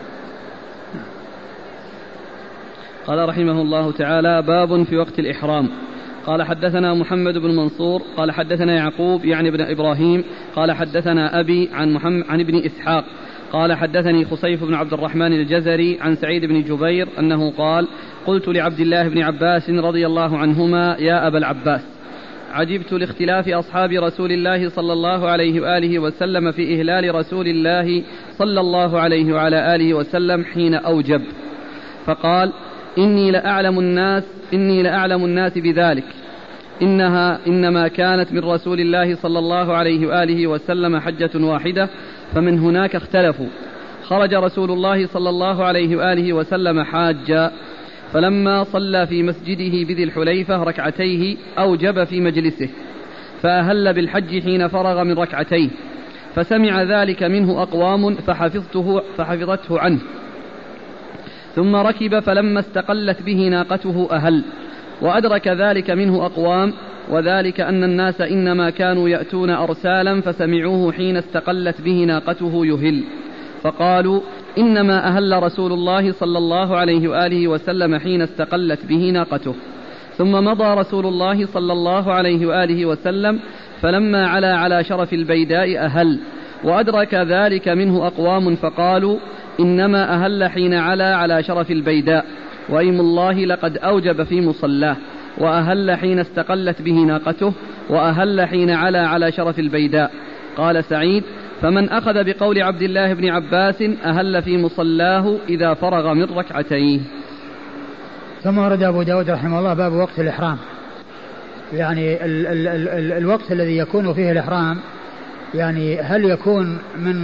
قال رحمه الله تعالى: باب في وقت الإحرام. قال حدثنا محمد بن منصور قال حدثنا يعقوب يعني بن إبراهيم قال حدثنا أبي عن ابن إسحاق قال حدثني خصيف بن عبد الرحمن الجزري عن سعيد بن جبير أنه قال: قلت لعبد الله بن عباس رضي الله عنهما: يا أبا العباس، عجبت لاختلاف أصحاب رسول الله صلى الله عليه وآله وسلم في إهلال رسول الله صلى الله عليه وعلى آله وسلم حين أوجب. فقال: إني لأعلم الناس بذلك، إنما كانت من رسول الله صلى الله عليه وآله وسلم حجة واحدة، فمن هناك اختلفوا. خرج رسول الله صلى الله عليه وآله وسلم حاجا، فلما صلى في مسجده بذي الحليفة ركعتيه أوجب في مجلسه، فأهل بالحج حين فرغ من ركعتيه، فسمع ذلك منه أقوام فحفظته عنه. ثم ركب فلما استقلت به ناقته أهل، وأدرك ذلك منه أقوام، وذلك أن الناس إنما كانوا يأتون أرسالا فسمعوه حين استقلت به ناقته يهل، فقالوا إنما أهل رسول الله صلى الله عليه وآله وسلم حين استقلت به ناقته. ثم مضى رسول الله صلى الله عليه وآله وسلم فلما علا على شرف البيداء أهل، وأدرك ذلك منه أقوام فقالوا إنما أهل حين علا على شرف البيداء، وأيم الله لقد أوجب في مصلاه، وأهل حين استقلت به ناقته، وأهل حين علا على شرف البيداء. قال سعيد: فمن أخذ بقول عبد الله بن عباس أهل في مصلاه إذا فرغ من ركعتيه. ثم ورد أبو داود رحمه الله باب وقت الإحرام، يعني الوقت الذي يكون فيه الإحرام، يعني هل يكون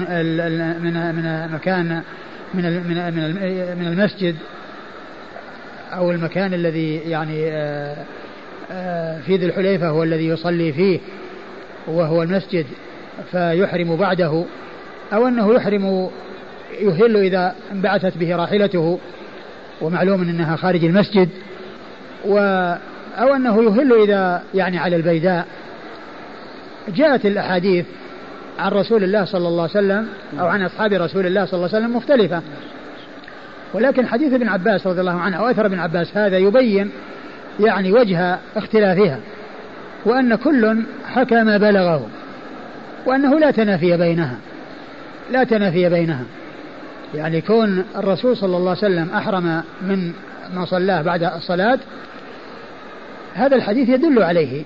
من مكان من المسجد أو المكان الذي يعني في ذي الحليفة هو الذي يصلي فيه وهو المسجد فيحرم بعده، أو أنه يهل إذا انبعثت به راحلته ومعلوم أنها خارج المسجد، أو أنه يهل إذا يعني على البيداء. جاءت الأحاديث عن رسول الله صلى الله عليه وسلم أو عن أصحاب رسول الله صلى الله عليه وسلم مختلفة، ولكن حديث ابن عباس رضي الله عنه أو أثر ابن عباس هذا يبين يعني وجه اختلافها، وأن كل حكى ما بلغه، وأنه لا تنافي بينها، يعني كون الرسول صلى الله عليه وسلم أحرم من ما صلاه بعد الصلاة هذا الحديث يدل عليه،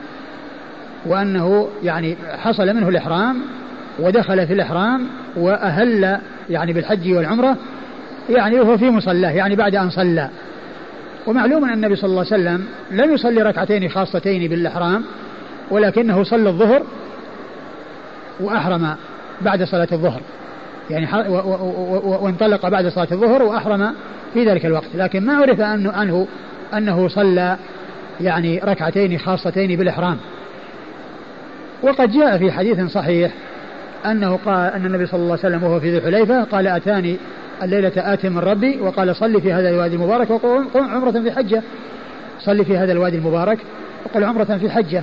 وأنه يعني حصل منه الإحرام ودخل في الإحرام وأهل يعني بالحج والعمرة، يعني وهو في مصلاه يعني بعد أن صلى. ومعلوم أن النبي صلى الله عليه وسلم لم يصلي ركعتين خاصتين بالإحرام، ولكنه صلى الظهر وأحرم بعد صلاة الظهر، يعني وانطلق بعد صلاة الظهر وأحرم في ذلك الوقت، لكن ما عرف عنه أنه صلى يعني ركعتين خاصتين بالإحرام. وقد جاء في حديث صحيح أنه قال أن النبي صلى الله عليه وسلم وهو في ذي الحليفة قال: أتاني الليلة آت من ربي وقال: صلي في هذا الوادي المبارك وقل عمرة في حجة، صلي في هذا الوادي المبارك وقل عمرة في حجة.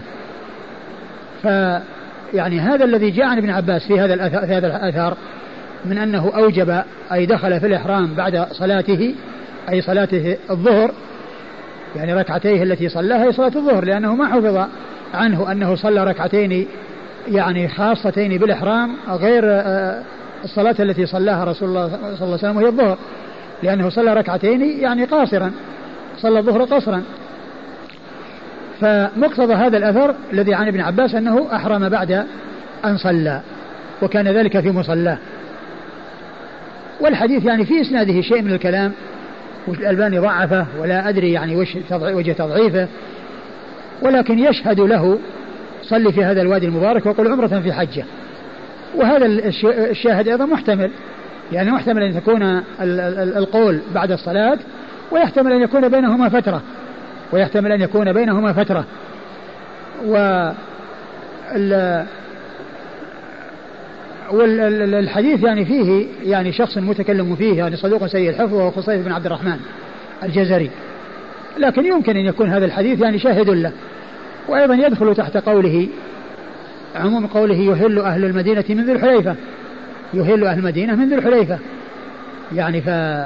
فيعني هذا الذي جاء عن ابن عباس في هذا الأثر من أنه أوجب أي دخل في الإحرام بعد صلاته أي صلاته الظهر، يعني ركعتيه التي صلاها هي صلاة الظهر، لأنه ما حفظ عنه أنه صلى ركعتين يعني خاصتين بالإحرام غير الصلاة التي صلاها رسول الله صلى الله عليه وسلم وهي الظهر، لأنه صلى ركعتين يعني قاصرا، صلى الظهر قصرا. فمقتضى هذا الأثر الذي عن ابن عباس أنه أحرم بعد أن صلى، وكان ذلك في مصلاه. والحديث يعني في إسناده شيء من الكلام، والألباني ضعفه ولا أدري يعني وجه تضعيفه، ولكن يشهد له: صلي في هذا الوادي المبارك وقل عمرة في حجة. وهذا الشاهد أيضا محتمل، يعني محتمل أن تكون القول بعد الصلاة، ويحتمل أن يكون بينهما فترة، والحديث يعني فيه يعني شخص متكلم فيه يعني صدوق سيء الحفظ وهو خصيف بن عبد الرحمن الجزري، لكن يمكن أن يكون هذا الحديث يعني شاهد له. وأيضا يدخل تحت قوله عموم قوله: يهل أهل المدينة من ذي الحليفة، يهل أهل المدينة من ذي الحليفة، يعني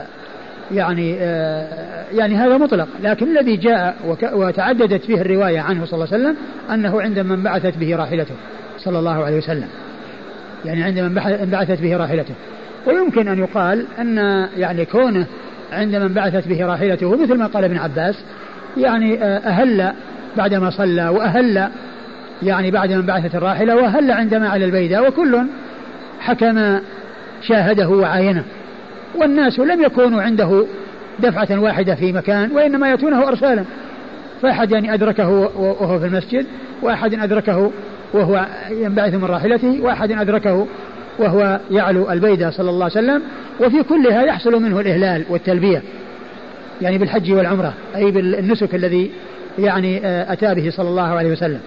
يعني هذا مطلق، لكن الذي جاء وتعددت فيه الرواية عنه صلى الله عليه وسلم أنه عندما انبعثت به راحلته صلى الله عليه وسلم، يعني عندما انبعثت به راحلته. ويمكن أن يقال أن يعني كونه عندما انبعثت به راحلته مثل ما قال ابن عباس يعني أهل بعدما صلى، وأهل يعني بعدما انبعثت الراحلة، وأهل عندما على البيداء، وكل حكم شاهده وعاينه. والناس لم يكونوا عنده دفعة واحدة في مكان، وإنما يأتونه أرسالا، فأحد يعني أدركه وهو في المسجد، وأحد أدركه وهو ينبعث من راحلته، وأحد أدركه وهو يعلو البيداء صلى الله عليه وسلم. وفي كلها يحصل منه الإهلال والتلبية يعني بالحج والعمرة، أي بالنسك الذي يعني أتى به صلى الله عليه وسلم.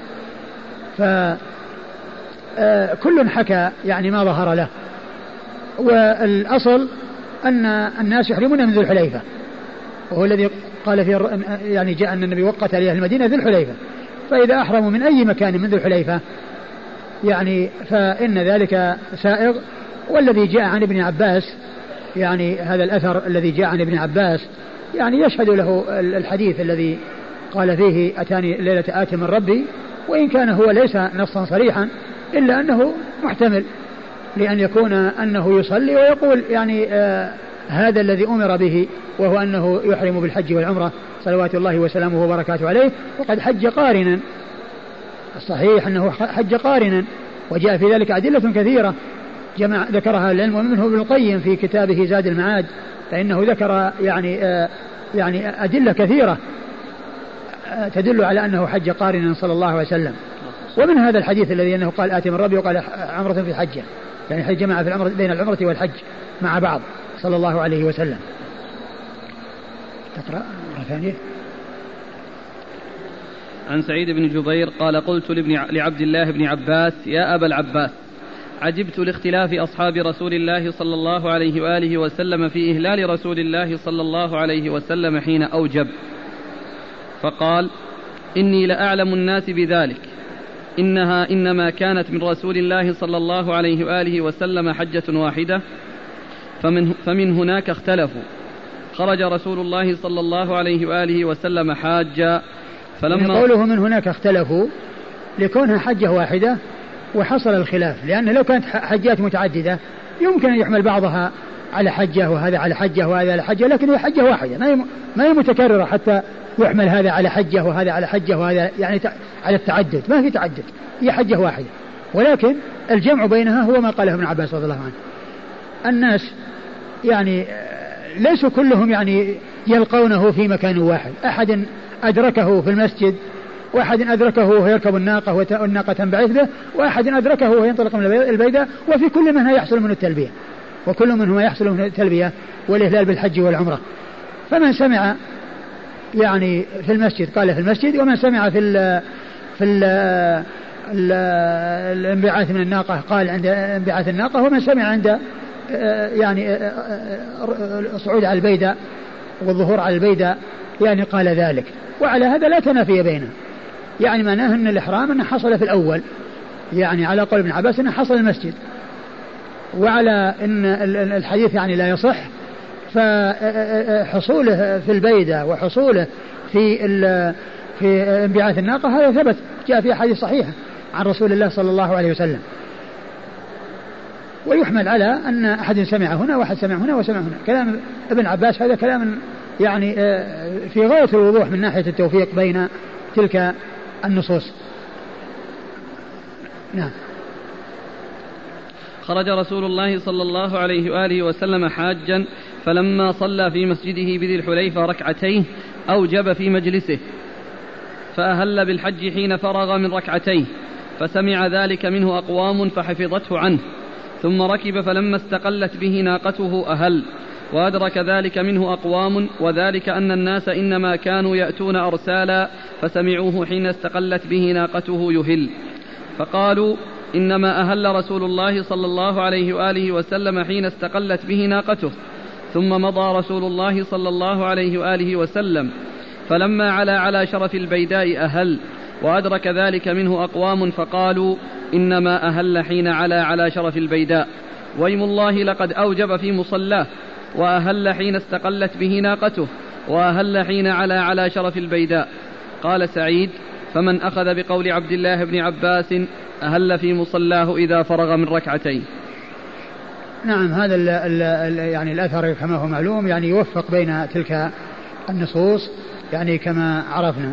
فكل حكى يعني ما ظهر له. والأصل أن الناس يحرمون من ذي الحليفة، وهو الذي قال فيه يعني جاء أن النبي وقت لأهل المدينة ذي الحليفة، فإذا أحرموا من أي مكان من ذي الحليفة يعني فإن ذلك سائغ. والذي جاء عن ابن عباس يعني هذا الأثر الذي جاء عن ابن عباس يعني يشهد له الحديث الذي قال فيه أتاني ليلة آت من ربي، وإن كان هو ليس نصا صريحا إلا أنه محتمل لأن يكون أنه يصلي ويقول يعني هذا الذي أمر به، وهو أنه يحرم بالحج والعمرة صلوات الله وسلامه وبركاته عليه، وقد حج قارنا. الصحيح أنه حج قارنا، وجاء في ذلك أدلة كثيرة ذكرها العلم، ومنه ابن القيم في كتابه زاد المعاد، فإنه ذكر يعني أدلة كثيرة تدل على أنه حج قارنا صلى الله عليه وسلم. ومن هذا الحديث الذي أنه قال آتي من ربي وقال عمرة في حجة، يعني حج جمع في العمرة بين العمرة والحج مع بعض صلى الله عليه وسلم. تقرأ مرة ثانية. عن سعيد بن جبير قال قلت لعبد الله بن عباس يا أبا العباس عجبت لاختلاف أصحاب رسول الله صلى الله عليه وآله وسلم في إهلال رسول الله صلى الله عليه وسلم حين أوجب، فقال إني لأعلم الناس بذلك، إنها إنما كانت من رسول الله صلى الله عليه وآله وسلم حجة واحدة فمن هناك اختلفوا. خرج رسول الله صلى الله عليه وآله وسلم حاجا، فلما قوله من هناك اختلفوا لكونها حجة واحدة وحصل الخلاف، لأن لو كانت حجات متعددة يمكن أن يحمل بعضها على حجة وهذا على حجة وهذا على حجة، لكن هي حجة واحدة ما هي متكررة حتى يحمل هذا على حجة وهذا على حجة وهذا يعني على التعدد، ما في تعدد، هي حجة واحدة. ولكن الجمع بينها هو ما قاله ابن عباس رضي الله عنه. الناس يعني ليسوا كلهم يعني يلقونه في مكان واحد، أحد أدركه في المسجد، وأحد أدركه وهو يركب الناقة والناقة تنبعث به، وأحد أدركه وهو ينطلق من البيداء، وفي كل منها يحصل منه التلبية، وكل منهما يحصل منه التلبية والإهلال بالحج والعمرة. فمن سمع يعني في المسجد قال في المسجد، ومن سمع في الانبعاث من الناقة قال عند انبعاث الناقة، ومن سمع عند يعني الصعود على البيداء والظهور على البيداء يعني قال ذلك. وعلى هذا لا تنافي بينه، يعني معناه أن الإحرام أنه حصل في الأول، يعني على قول ابن عباس أنه حصل المسجد، وعلى أن الحديث يعني لا يصح، فحصوله في البيدة وحصوله في انبعاث الناقة هذا ثبت، جاء في أحاديث صحيحة عن رسول الله صلى الله عليه وسلم. ويحمل على أن أحد سمع هنا وأحد سمع هنا وسمع هنا. كلام ابن عباس هذا كلام يعني في غاية الوضوح من ناحية التوفيق بين تلك النصوص. نعم. خرج رسول الله صلى الله عليه وآله وسلم حاجا، فلما صلى في مسجده بذي الحليفة ركعتين أوجب في مجلسه، فأهل بالحج حين فرغ من ركعتين، فسمع ذلك منه أقوام فحفظته عنه، ثم ركب فلما استقلت به ناقته أهل، وأدرك ذلك منه أقوام، وذلك أن الناس إنما كانوا يأتون أرسالا فسمعوه حين استقلت به ناقته يهل، فقالوا إنما أهل رسول الله صلى الله عليه وآله وسلم حين استقلت به ناقته، ثم مضى رسول الله صلى الله عليه وآله وسلم، فلما على شرف البيداء أهل، وأدرك ذلك منه أقوام فقالوا إنما أهل حين على شرف البيداء، ويم الله لقد أوجب في مصلاه، وأهل حين استقلت به ناقته، وأهل حين على شرف البيداء. قال سعيد: فمن أخذ بقول عبد الله بن عباس أهل في مصلاه إذا فرغ من ركعتين. نعم، هذا يعني الأثر كما هو معلوم يعني يوفق بين تلك النصوص يعني كما عرفنا.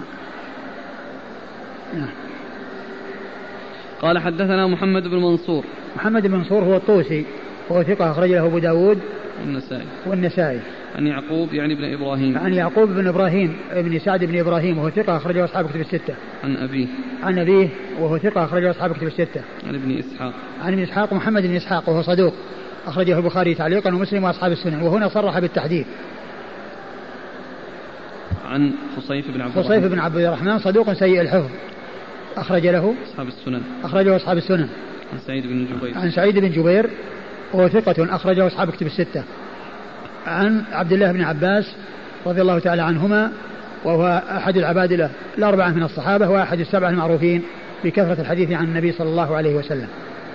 نعم. قال حدثنا محمد بن منصور. محمد بن منصور هو الطوسي وهو ثقة أخرج له أبو داود والنسائي. عن يعقوب يعني بن إبراهيم. عن يعقوب بن إبراهيم ابن سعد بن إبراهيم وهو ثقة أخرجه أصحاب كتب الستة. عن أبيه وهو ثقة أخرجه أصحاب كتب الستة. عن ابن إسحاق محمد بن إسحاق وهو صدوق أخرجه البخاري تعليقا ومسلم وأصحاب السنن، وهنا صرح بالتحديد. عن خصيف بن عبد الرحمن صدوق سيء الحفظ أخرج له أخرجه أصحاب السنن. عن سعيد بن جبير وهو ثقة أخرجه أصحاب كتب الستة. عن عبد الله بن عباس رضي الله تعالى عنهما، وهو أحد العبادلة الأربعة من الصحابة وأحد السبعة المعروفين بكثرة الحديث عن النبي صلى الله عليه وسلم.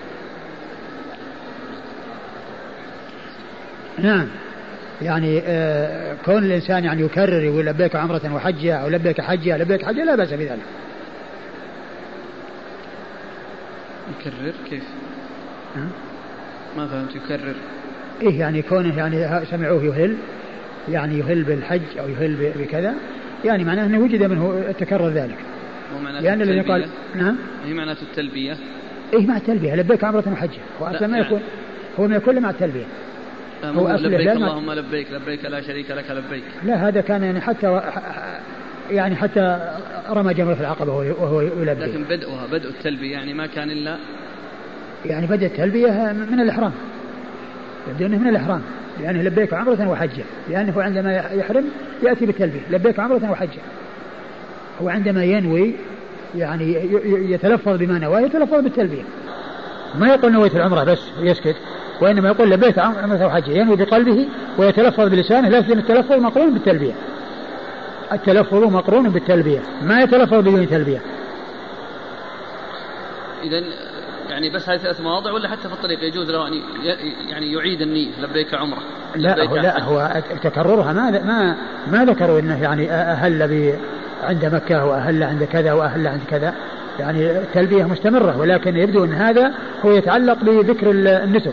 نعم، يعني كون الإنسان يعني يكرر يقول لبيك عمرة وحجة أو لبيك حجة لبيك حجة لا بأس بذلك. يكرر كيف؟ ما فهمت يكرر؟ إيه يعني كونه يعني سمعوه يهل، يعني يهل بالحج أو يهل بكذا، يعني معناه أنه وجد منه تكرر ذلك. لأن الذي قال نعم هي معناه التلبية. إيه مع التلبية لبيك عمرة وحجة، وأصلا ما يكون هو ما يكون مع التلبية. هو لبيك اللهم لبيك لبيك لا شريك لك لبيك. لا هذا كان يعني حتى رمى جمرة العقبة وهو يلبي. لكن بدء التلبية يعني ما كان إلا يعني بدء التلبية من الإحرام، يبدو أنه من الإحرام، لأنه لبيك عمرة وحجة، لأنه عندما يحرم يأتي بالتلبية لبيك عمرة وحجة. هو عندما ينوي يعني يتلفظ بما نواه يتلفظ بالتلبية، ما يقول نويت العمرة بس يسكت، وإنما يقول لبيك عمرة وحجة، ينوي بقلبه ويتلفظ بلسانه، لكن التلفظ مقرون بالتلبية. التلفظ مقرون بالتلبية، ما يتلفظ بدون تلبية. إذن يعني بس هذه 3 مواضع ولا حتى في الطريق يجوز له أن يعني يعيد النية لبيك عمرة؟ لا هو تكررها ما ذكروا إنه يعني أهل عند مكة وأهل عند كذا وأهل عند كذا، يعني التلبية مستمرة، ولكن يبدو أن هذا هو يتعلق بذكر النسك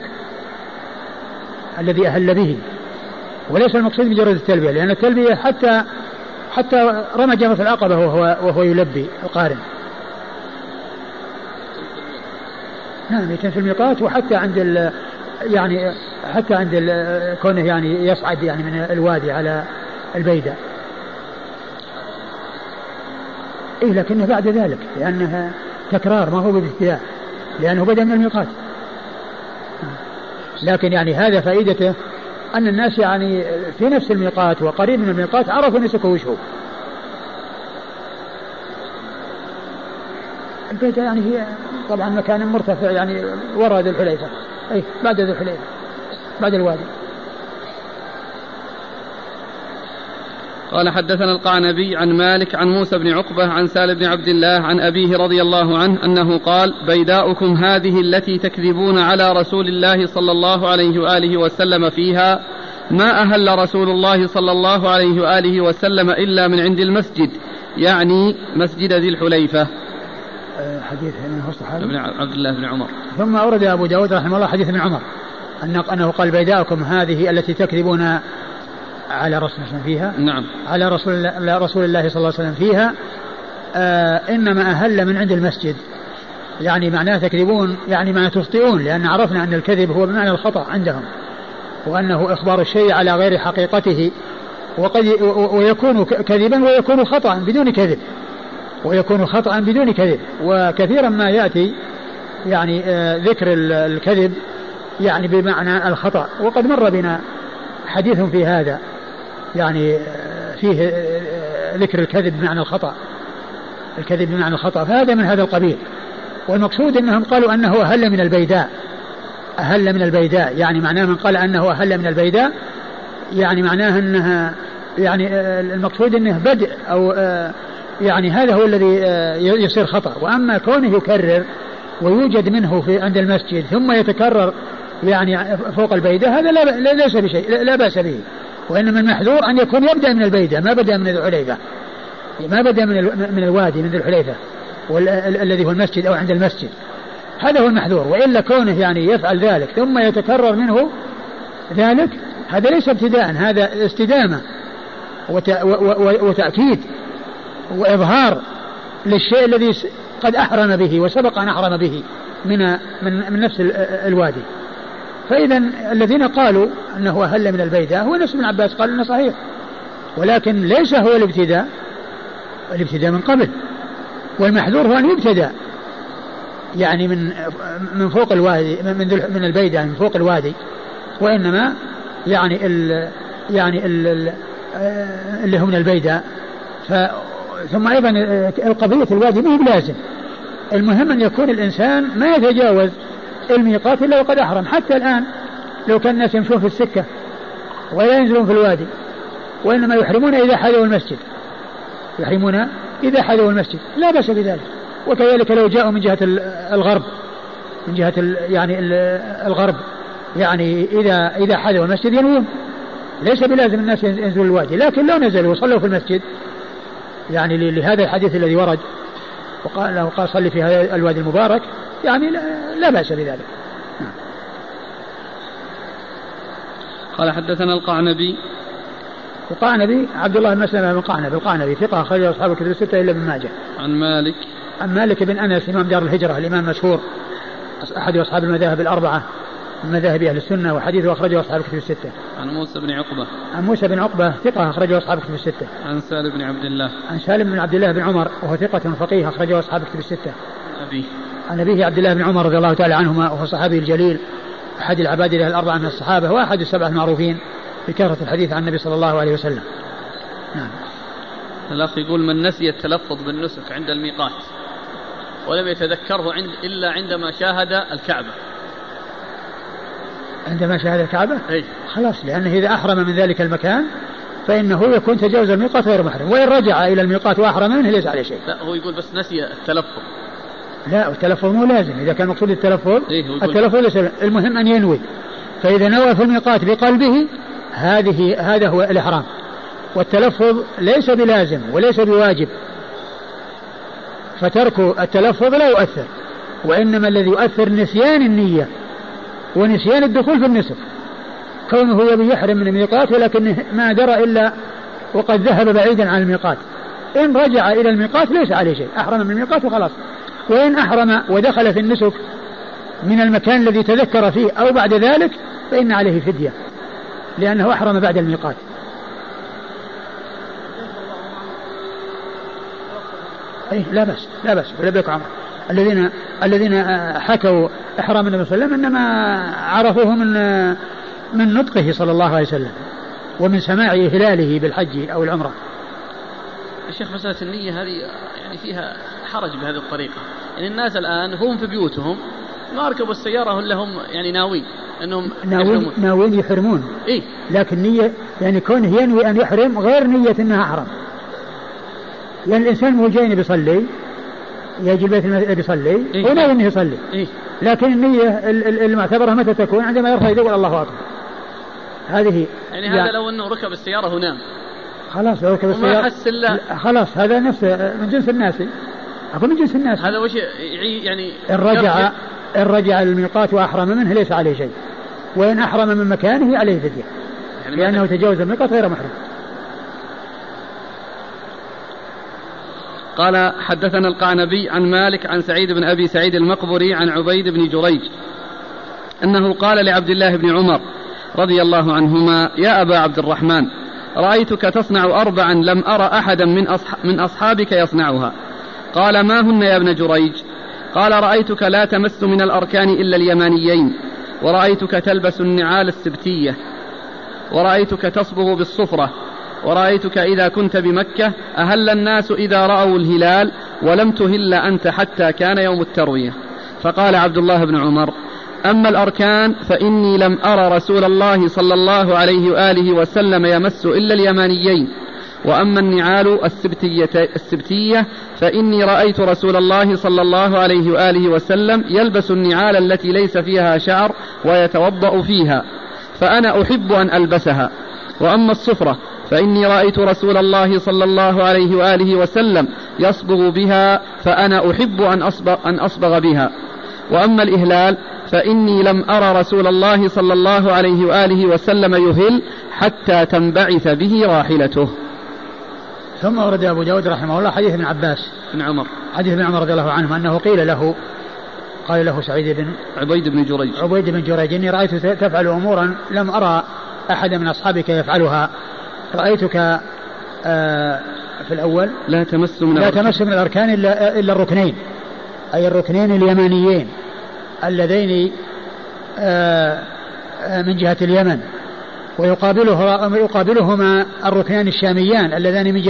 الذي أهل به، وليس المقصود مجرد التلبية، لأن التلبية حتى رمى جمرة العقبة وهو يلبي القارن. نعم يتم في الميقات، وحتى عند يعني حتى عند كونه يعني يصعد يعني من الوادي على البيدة. إيه لكنه بعد ذلك، لأنها تكرار ما هو بابتداء، لأنه بدأ من الميقات. لكن يعني هذا فائدته أن الناس يعني في نفس الميقات وقريب من الميقات عرفوا نسكه وش هو. البيدة يعني هي طبعا مكان مرتفع يعني وراء ذي الحليفة، أي بعد ذي الحليفة بعد الوادي. قال حدثنا القعنبي عن مالك عن موسى بن عقبة عن سالم بن عبد الله عن أبيه رضي الله عنه أنه قال بيداؤكم هذه التي تكذبون على رسول الله صلى الله عليه وآله وسلم فيها ما أهل رسول الله صلى الله عليه وآله وسلم إلا من عند المسجد، يعني مسجد ذي الحليفة. حديث من الصحابي ابن عبد الله بن عمر. ثم أورد أبو داود رحمه الله حديث ابن عمر أنه قال بيداؤكم هذه التي تكذبون على رسول الله فيها، نعم على رسول الله صلى الله عليه وسلم فيها إنما أهل من عند المسجد، يعني معناه تكذبون يعني معناه تخطئون، لأن عرفنا أن الكذب هو بمعنى الخطأ عندهم، وأنه إخبار الشيء على غير حقيقته، ويكون كذبا ويكون خطأ بدون كذب، ويكون خطأ بدون كذب. وكثيرا ما يأتي يعني ذكر الكذب يعني بمعنى الخطأ، وقد مر بنا حديث في هذا يعني فيه ذكر الكذب بمعنى الخطأ، الكذب بمعنى الخطأ، فهذا من هذا القبيل. والمقصود أنهم قالوا أنه أهل من البيداء، أهل من البيداء، يعني معناه من قال أنه أهل من البيداء يعني معناه أنها يعني المقصود أنه بدء أو يعني هذا هو الذي يصير خطأ. وأما كونه يكرر ويوجد منه عند المسجد ثم يتكرر يعني فوق البيدة، هذا ليس بشيء لا بأس به، وإنما المحذور أن يكون يبدأ من البيدة ما بدأ من ذي الحليفة، ما بدأ من الوادي من ذي الحليفة الذي هو المسجد أو عند المسجد، هذا هو المحذور. وإلا كونه يعني يفعل ذلك ثم يتكرر منه ذلك، هذا ليس ابتداء، هذا استدامة وتأكيد وإظهار للشيء الذي قد أحرم به وسبق أن أحرم به من نفس الوادي. فإذا الذين قالوا أنه أهل من البيداء هو نفس ابن عباس قال أنه صحيح، ولكن ليس هو الابتداء من قبل، والمحذور هو أن يبتدأ يعني من فوق الوادي من البيداء من فوق الوادي، وإنما يعني اللي هم من البيداء. ثم أيضا القضية الوادي مو بلازم، المهم أن يكون الإنسان ما يتجاوز الميقات إلا وقد أحرم. حتى الآن لو كان الناس يمشون في السكة ولا ينزلون في الوادي، وإنما يحرمون إذا حذوا المسجد، يحرمون إذا حذوا المسجد، لا بأس بذلك. وكذلك لو جاءوا من جهة الغرب، من جهة يعني الغرب، يعني إذا حذوا المسجد ينوون، ليس بلازم الناس ينزلوا الوادي، لكن لو نزلوا وصلوا في المسجد يعني لهذا الحديث الذي ورد وقال له قال صلي في هذا الوادي المبارك، يعني لا بأس بذلك. قال حدثنا القعنبي عبد الله بن مسلمة بن القعنبي ثقة أخرج أصحاب الكتب الستة إلا ابن ماجه. عن مالك بن أنس إمام دار الهجرة الإمام المشهور أحد أصحاب المذاهب الأربعة من مذاهب أهل السنة، وحديثه أخرجه أصحاب الكتب الستة. عن موسى بن عقبة ثقة أخرجه أصحاب الكتب الستة. عن سالم بن عبد الله بن عمر وهو ثقة فقيه أخرجه أصحاب الكتب الستة. عن أبيه عبد الله بن عمر رضي الله تعالى عنهما، وهو صحابي الجليل أحد العبادلة الأربعة من الصحابة، وأحد السبعة المعروفين بكثرة الحديث عن النبي صلى الله عليه وسلم. نعم. الأخ يقول من نسي التلفظ بالنسك عند الميقات ولم يتذكره إلا عندما شاهد الكعبة. عندما شاهد الكعبة؟ أي. خلاص، لأنه إذا أحرم من ذلك المكان فإنه يكون تجاوز الميقات غير محرم، وإن رجع إلى الميقات وأحرم منه ليس عليه شيء. لا، هو يقول بس نسي التلفظ. لا، التلفظ مو لازم، إذا كان مقصود التلفظ التلفظ ليس، المهم أن ينوي، فإذا نوى في الميقات بقلبه هذا هو الإحرام، والتلفظ ليس بلازم وليس بواجب، فترك التلفظ لا يؤثر، وإنما الذي يؤثر نسيان النية ونسيان الدخول في النسك، كونه يبي يحرم من الميقات ولكن ما درى إلا وقد ذهب بعيدا عن الميقات. إن رجع إلى الميقات ليس عليه شيء، أحرم من الميقات وخلاص. وإن أحرم ودخل في النسك من المكان الذي تذكر فيه أو بعد ذلك فإن عليه فدية، لأنه أحرم بعد الميقات. أي لا بأس ولبيك عمر. الذين حكوا إحرام النبي صلى الله عليه وسلم إنما عرفوه من نطقه صلى الله عليه وسلم ومن سماع هلاله بالحج أو العمرة. الشيخ، مسألة النية هذه يعني فيها حرج بهذه الطريقة، يعني الناس الآن هم في بيوتهم ما ركبوا السيارة إلا هم يعني ناوين أنهم ناوين يحرمون. إيه؟ لكن نية يعني كونه ينوي أن يحرم غير نية أنها أحرم. يعني الإنسان مو جاي بيصلي، يجي البيت بيصلي وناوي أنه يصلي، لكن النية المعتبرة متى تكون؟ عندما يرفع يقول الله أكبر. هذه يعني هذا لو أنه ركب السيارة ونام خلاص، لو ركب السيارة خلاص، هذا نفسه من جنس الناس، أقول من جنس الناس. هذا وش يعني إن رجع الميقات وأحرم منه ليس عليه شيء، وإن أحرم من مكانه عليه فدية، يعني لأنه تجاوز الميقات غير محرم. قال حدثنا القعنبي عن مالك عن سعيد بن أبي سعيد المقبري عن عبيد بن جريج أنه قال لعبد الله بن عمر رضي الله عنهما: يا أبا عبد الرحمن، رأيتك تصنع 4 لم أرى أحدا من أصحابك يصنعها. قال: ما هن يا ابن جريج؟ قال: رأيتك لا تمس من الأركان إلا اليمانيين، ورأيتك تلبس النعال السبتية، ورأيتك تصبغ بالصفرة، ورأيتك إذا كنت بمكة أهل الناس إذا رأوا الهلال ولم تهل أنت حتى كان يوم التروية. فقال عبد الله بن عمر: أما الأركان فإني لم أرى رسول الله صلى الله عليه وآله وسلم يمس إلا اليمانيين، وأما النعال السبتية فإني رأيت رسول الله صلى الله عليه وآله وسلم يلبس النعال التي ليس فيها شعر ويتوضأ فيها، فأنا أحب أن ألبسها. وأما الصفرة فإني رأيت رسول الله صلى الله عليه وآله وسلم يصبغ بها، فأنا أحب أن أصبغ بها. وأما الإهلال فإني لم أرى رسول الله صلى الله عليه وآله وسلم يهل حتى تنبعث به راحلته. ثم ورد أبو داود رحمه الله حديث ابن عباس بن عمر، حديث ابن عمر رضي الله عنه أنه قال له سعيد بن عبيد بن جريج: إني رأيت تفعل أمورا لم أرى أحد من أصحابك يفعلها. رأيتك في الأول لا تمس من الأركان إلا الركنين، أي الركنين اليمانيين اللذين من جهة اليمن، ويقابلهما الركنان الشاميان اللذان من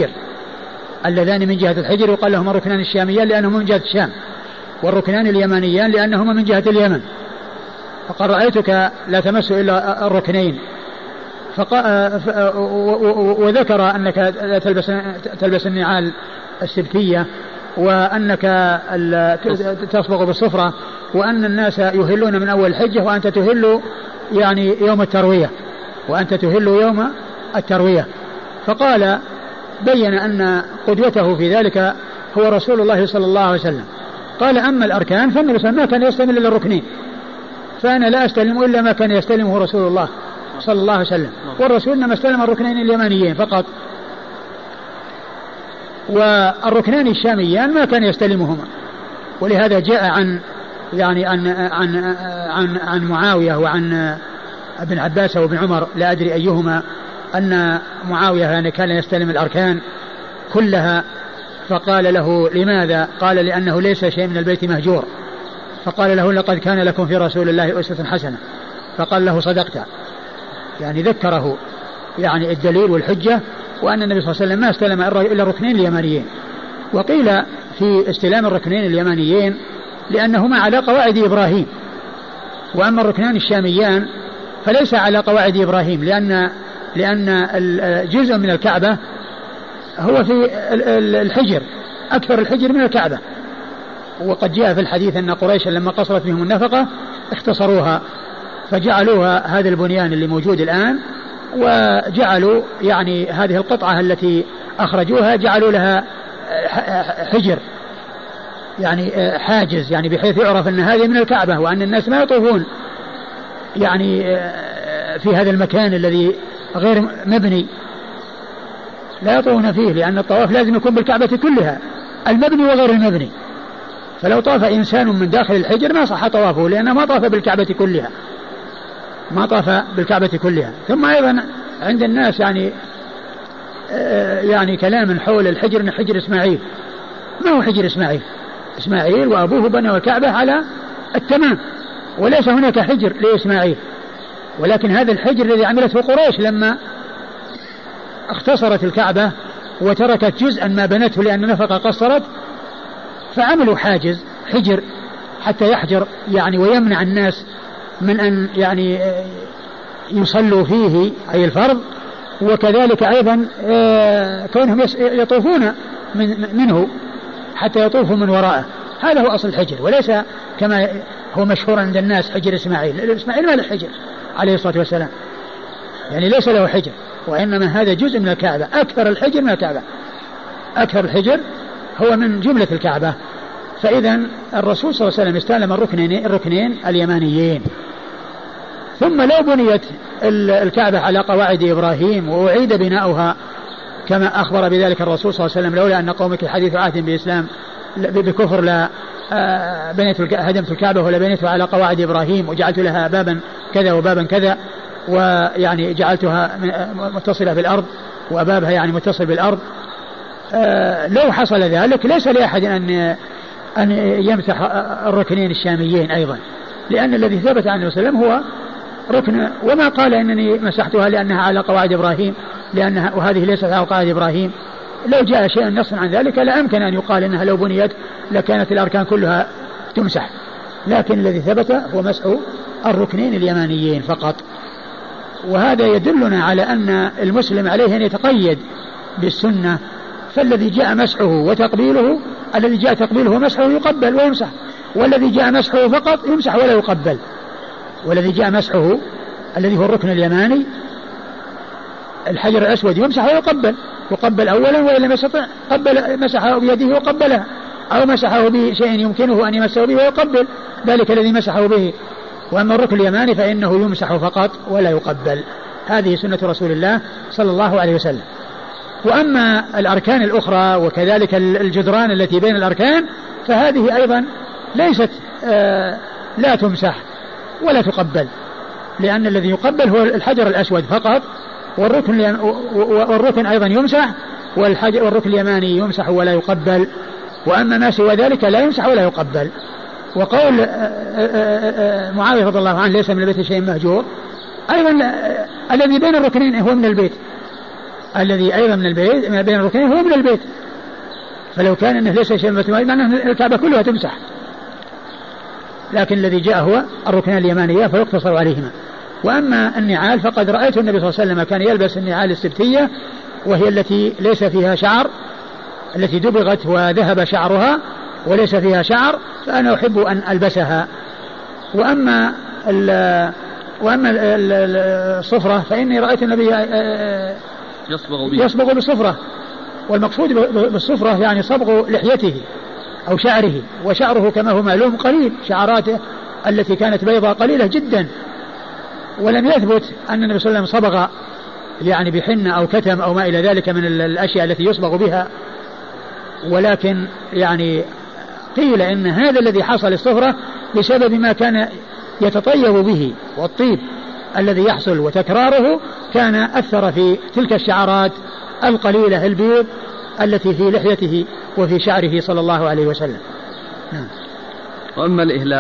جهة الحجر، يقال لهما الركنان الشاميان لأنهما من جهة الشام، والركنان اليمانيان لأنهما من جهة اليمن. فقال: رأيتك لا تمس إلا الركنين، وذكر أنك تلبس النعال السبتية، وأنك تصبغ بالصفرة، وأن الناس يهلون من أول الحجة وأنت تهل يعني يوم التروية. فقال بين أن قدوته في ذلك هو رسول الله صلى الله عليه وسلم. قال أما الأركان فالنبي صلى الله عليه وسلم ما كان يستلم إلا الركنين، فأنا لا أستلم إلا ما كان يستلمه رسول الله صلى الله عليه وسلم، والرسول إنما استلم الركنين اليمانيين فقط، والركنان الشاميان ما كان يستلمهما. ولهذا جاء عن معاوية وعن ابن عباس وابن عمر لا أدري أيهما أن معاوية يعني كان يستلم الأركان كلها، فقال له لماذا؟ قال لأنه ليس شيء من البيت مهجور. فقال له لقد كان لكم في رسول الله أسوة حسنة. فقال له صدقت، يعني ذكره يعني الدليل والحجة، وأن النبي صلى الله عليه وسلم ما استلم إلا الركنين اليمانيين. وقيل في استلام الركنين اليمانيين لأنهما على قواعد إبراهيم، وأما الركنان الشاميان فليس على قواعد إبراهيم، لأن جزء من الكعبة هو في الحجر، أكثر الحجر من الكعبة. وقد جاء في الحديث أن قريش لما قصرت بهم النفقة اختصروها فجعلوها هذا البنيان اللي موجود الآن، وجعلوا يعني هذه القطعة التي أخرجوها جعلوا لها حجر، يعني حاجز، يعني بحيث يعرف أن هذه من الكعبة، وأن الناس ما يطوفون يعني في هذا المكان الذي غير مبني، لا يطوفون فيه، لأن الطواف لازم يكون بالكعبة كلها، المبني وغير المبني. فلو طاف إنسان من داخل الحجر ما صح طوافه، لأنه ما طاف بالكعبة كلها. ثم أيضا عند الناس يعني كلام حول الحجر أن حجر إسماعيل، ما هو حجر إسماعيل وأبوه بنوا الكعبة على التمام، وليس هناك حجر لإسماعيل، ولكن هذا الحجر الذي عملته قريش لما اختصرت الكعبة وتركت جزءا ما بنته لأن النفقة قصرت، فعملوا حجر حتى يحجر يعني ويمنع الناس من أن يعني يصلوا فيه أي الفرض، وكذلك أيضا كونهم يطوفون منه حتى يطوفوا من وراءه. هذا هو أصل الحجر، وليس كما هو مشهور عند الناس حجر إسماعيل ما له حجر عليه الصلاة والسلام، يعني ليس له حجر، وإنما هذا جزء من الكعبة، أكثر الحجر من الكعبة، أكثر الحجر هو من جملة الكعبة. فإذا الرسول صلى الله عليه وسلم استلم الركنين اليمانيين. ثم لو بنيت الكعبة على قواعد إبراهيم وأعيد بناؤها كما أخبر بذلك الرسول صلى الله عليه وسلم، لولا أن قومك حديث عهد بإسلام بكفر لا هدمت الكعبة ولا بنيتها على قواعد إبراهيم وجعلت لها بابا كذا وبابا كذا، ويعني جعلتها متصلة بالأرض وبابها يعني متصل بالأرض. لو حصل ذلك ليس لأحد أن يمسح الركنين الشاميين أيضا، لأن الذي ثبت عنه صلى الله عليه وسلم هو ركن، وما قال إنني مسحتها لأنها على قواعد إبراهيم وهذه ليست على قواعد إبراهيم. لو جاء شيء نص عن ذلك لا أمكن أن يقال إنها لو بنيت لكانت الأركان كلها تمسح، لكن الذي ثبت هو مسح الركنين اليمانيين فقط. وهذا يدلنا على أن المسلم عليه أن يتقيد بالسنة، فالذي جاء مسحه وتقبيله، الذي جاء تقبيله ومسحه يقبل ويمسح، والذي جاء مسحه فقط يمسح ولا يقبل. والذي جاء مسحه الذي هو الركن اليماني الحجر الأسود يمسح ويقبل أولا، وإن لم يستطع مسحه بيده وقبلها، أو مسحه بشيء يمكنه أن يمسه به ويقبل ذلك الذي مسحه به. وأما الركن اليماني فإنه يمسح فقط ولا يقبل. هذه سنة رسول الله صلى الله عليه وسلم. وأما الأركان الأخرى وكذلك الجدران التي بين الأركان فهذه أيضا ليست لا تمسح ولا تقبل، لأن الذي يقبل هو الحجر الأسود فقط، والركن أيضا يمسح، والركن اليماني يمسح ولا يقبل. وأما ما سوى ذلك لا يمسح ولا يقبل. وقول معاوية رضي الله عنه ليس من البيت شيء مهجور، أيضا الذي بين الركنين هو من البيت، الذي أيضا من البيت ما بين الركنين هو من البيت، فلو كان أنه ليس شيء مهجور معناه الكعبة كلها تمسح، لكن الذي جاء هو الركنان اليمانية فيقتصر عليهما. وأما النعال فقد رأيت النبي صلى الله عليه وسلم كان يلبس النعال السبتية وهي التي ليس فيها شعر، التي دبغت وذهب شعرها وليس فيها شعر، فأنا أحب أن ألبسها. وأما الصفرة فإني رأيت النبي يصبغ بالصفرة، والمقصود بالصفرة يعني صبغ لحيته أو شعره، وشعره كما هو معلوم قليل، شعراته التي كانت بيضاء قليلة جدا، ولم يثبت أن النبي صلى الله عليه وسلم صبغ يعني بحنة أو كتم أو ما إلى ذلك من الأشياء التي يصبغ بها، ولكن يعني قيل إن هذا الذي حصل الصفرة بسبب ما كان يتطيب به، والطيب الذي يحصل وتكراره كان أثر في تلك الشعرات القليلة البيض التي في لحيته وفي شعره صلى الله عليه وسلم. وأما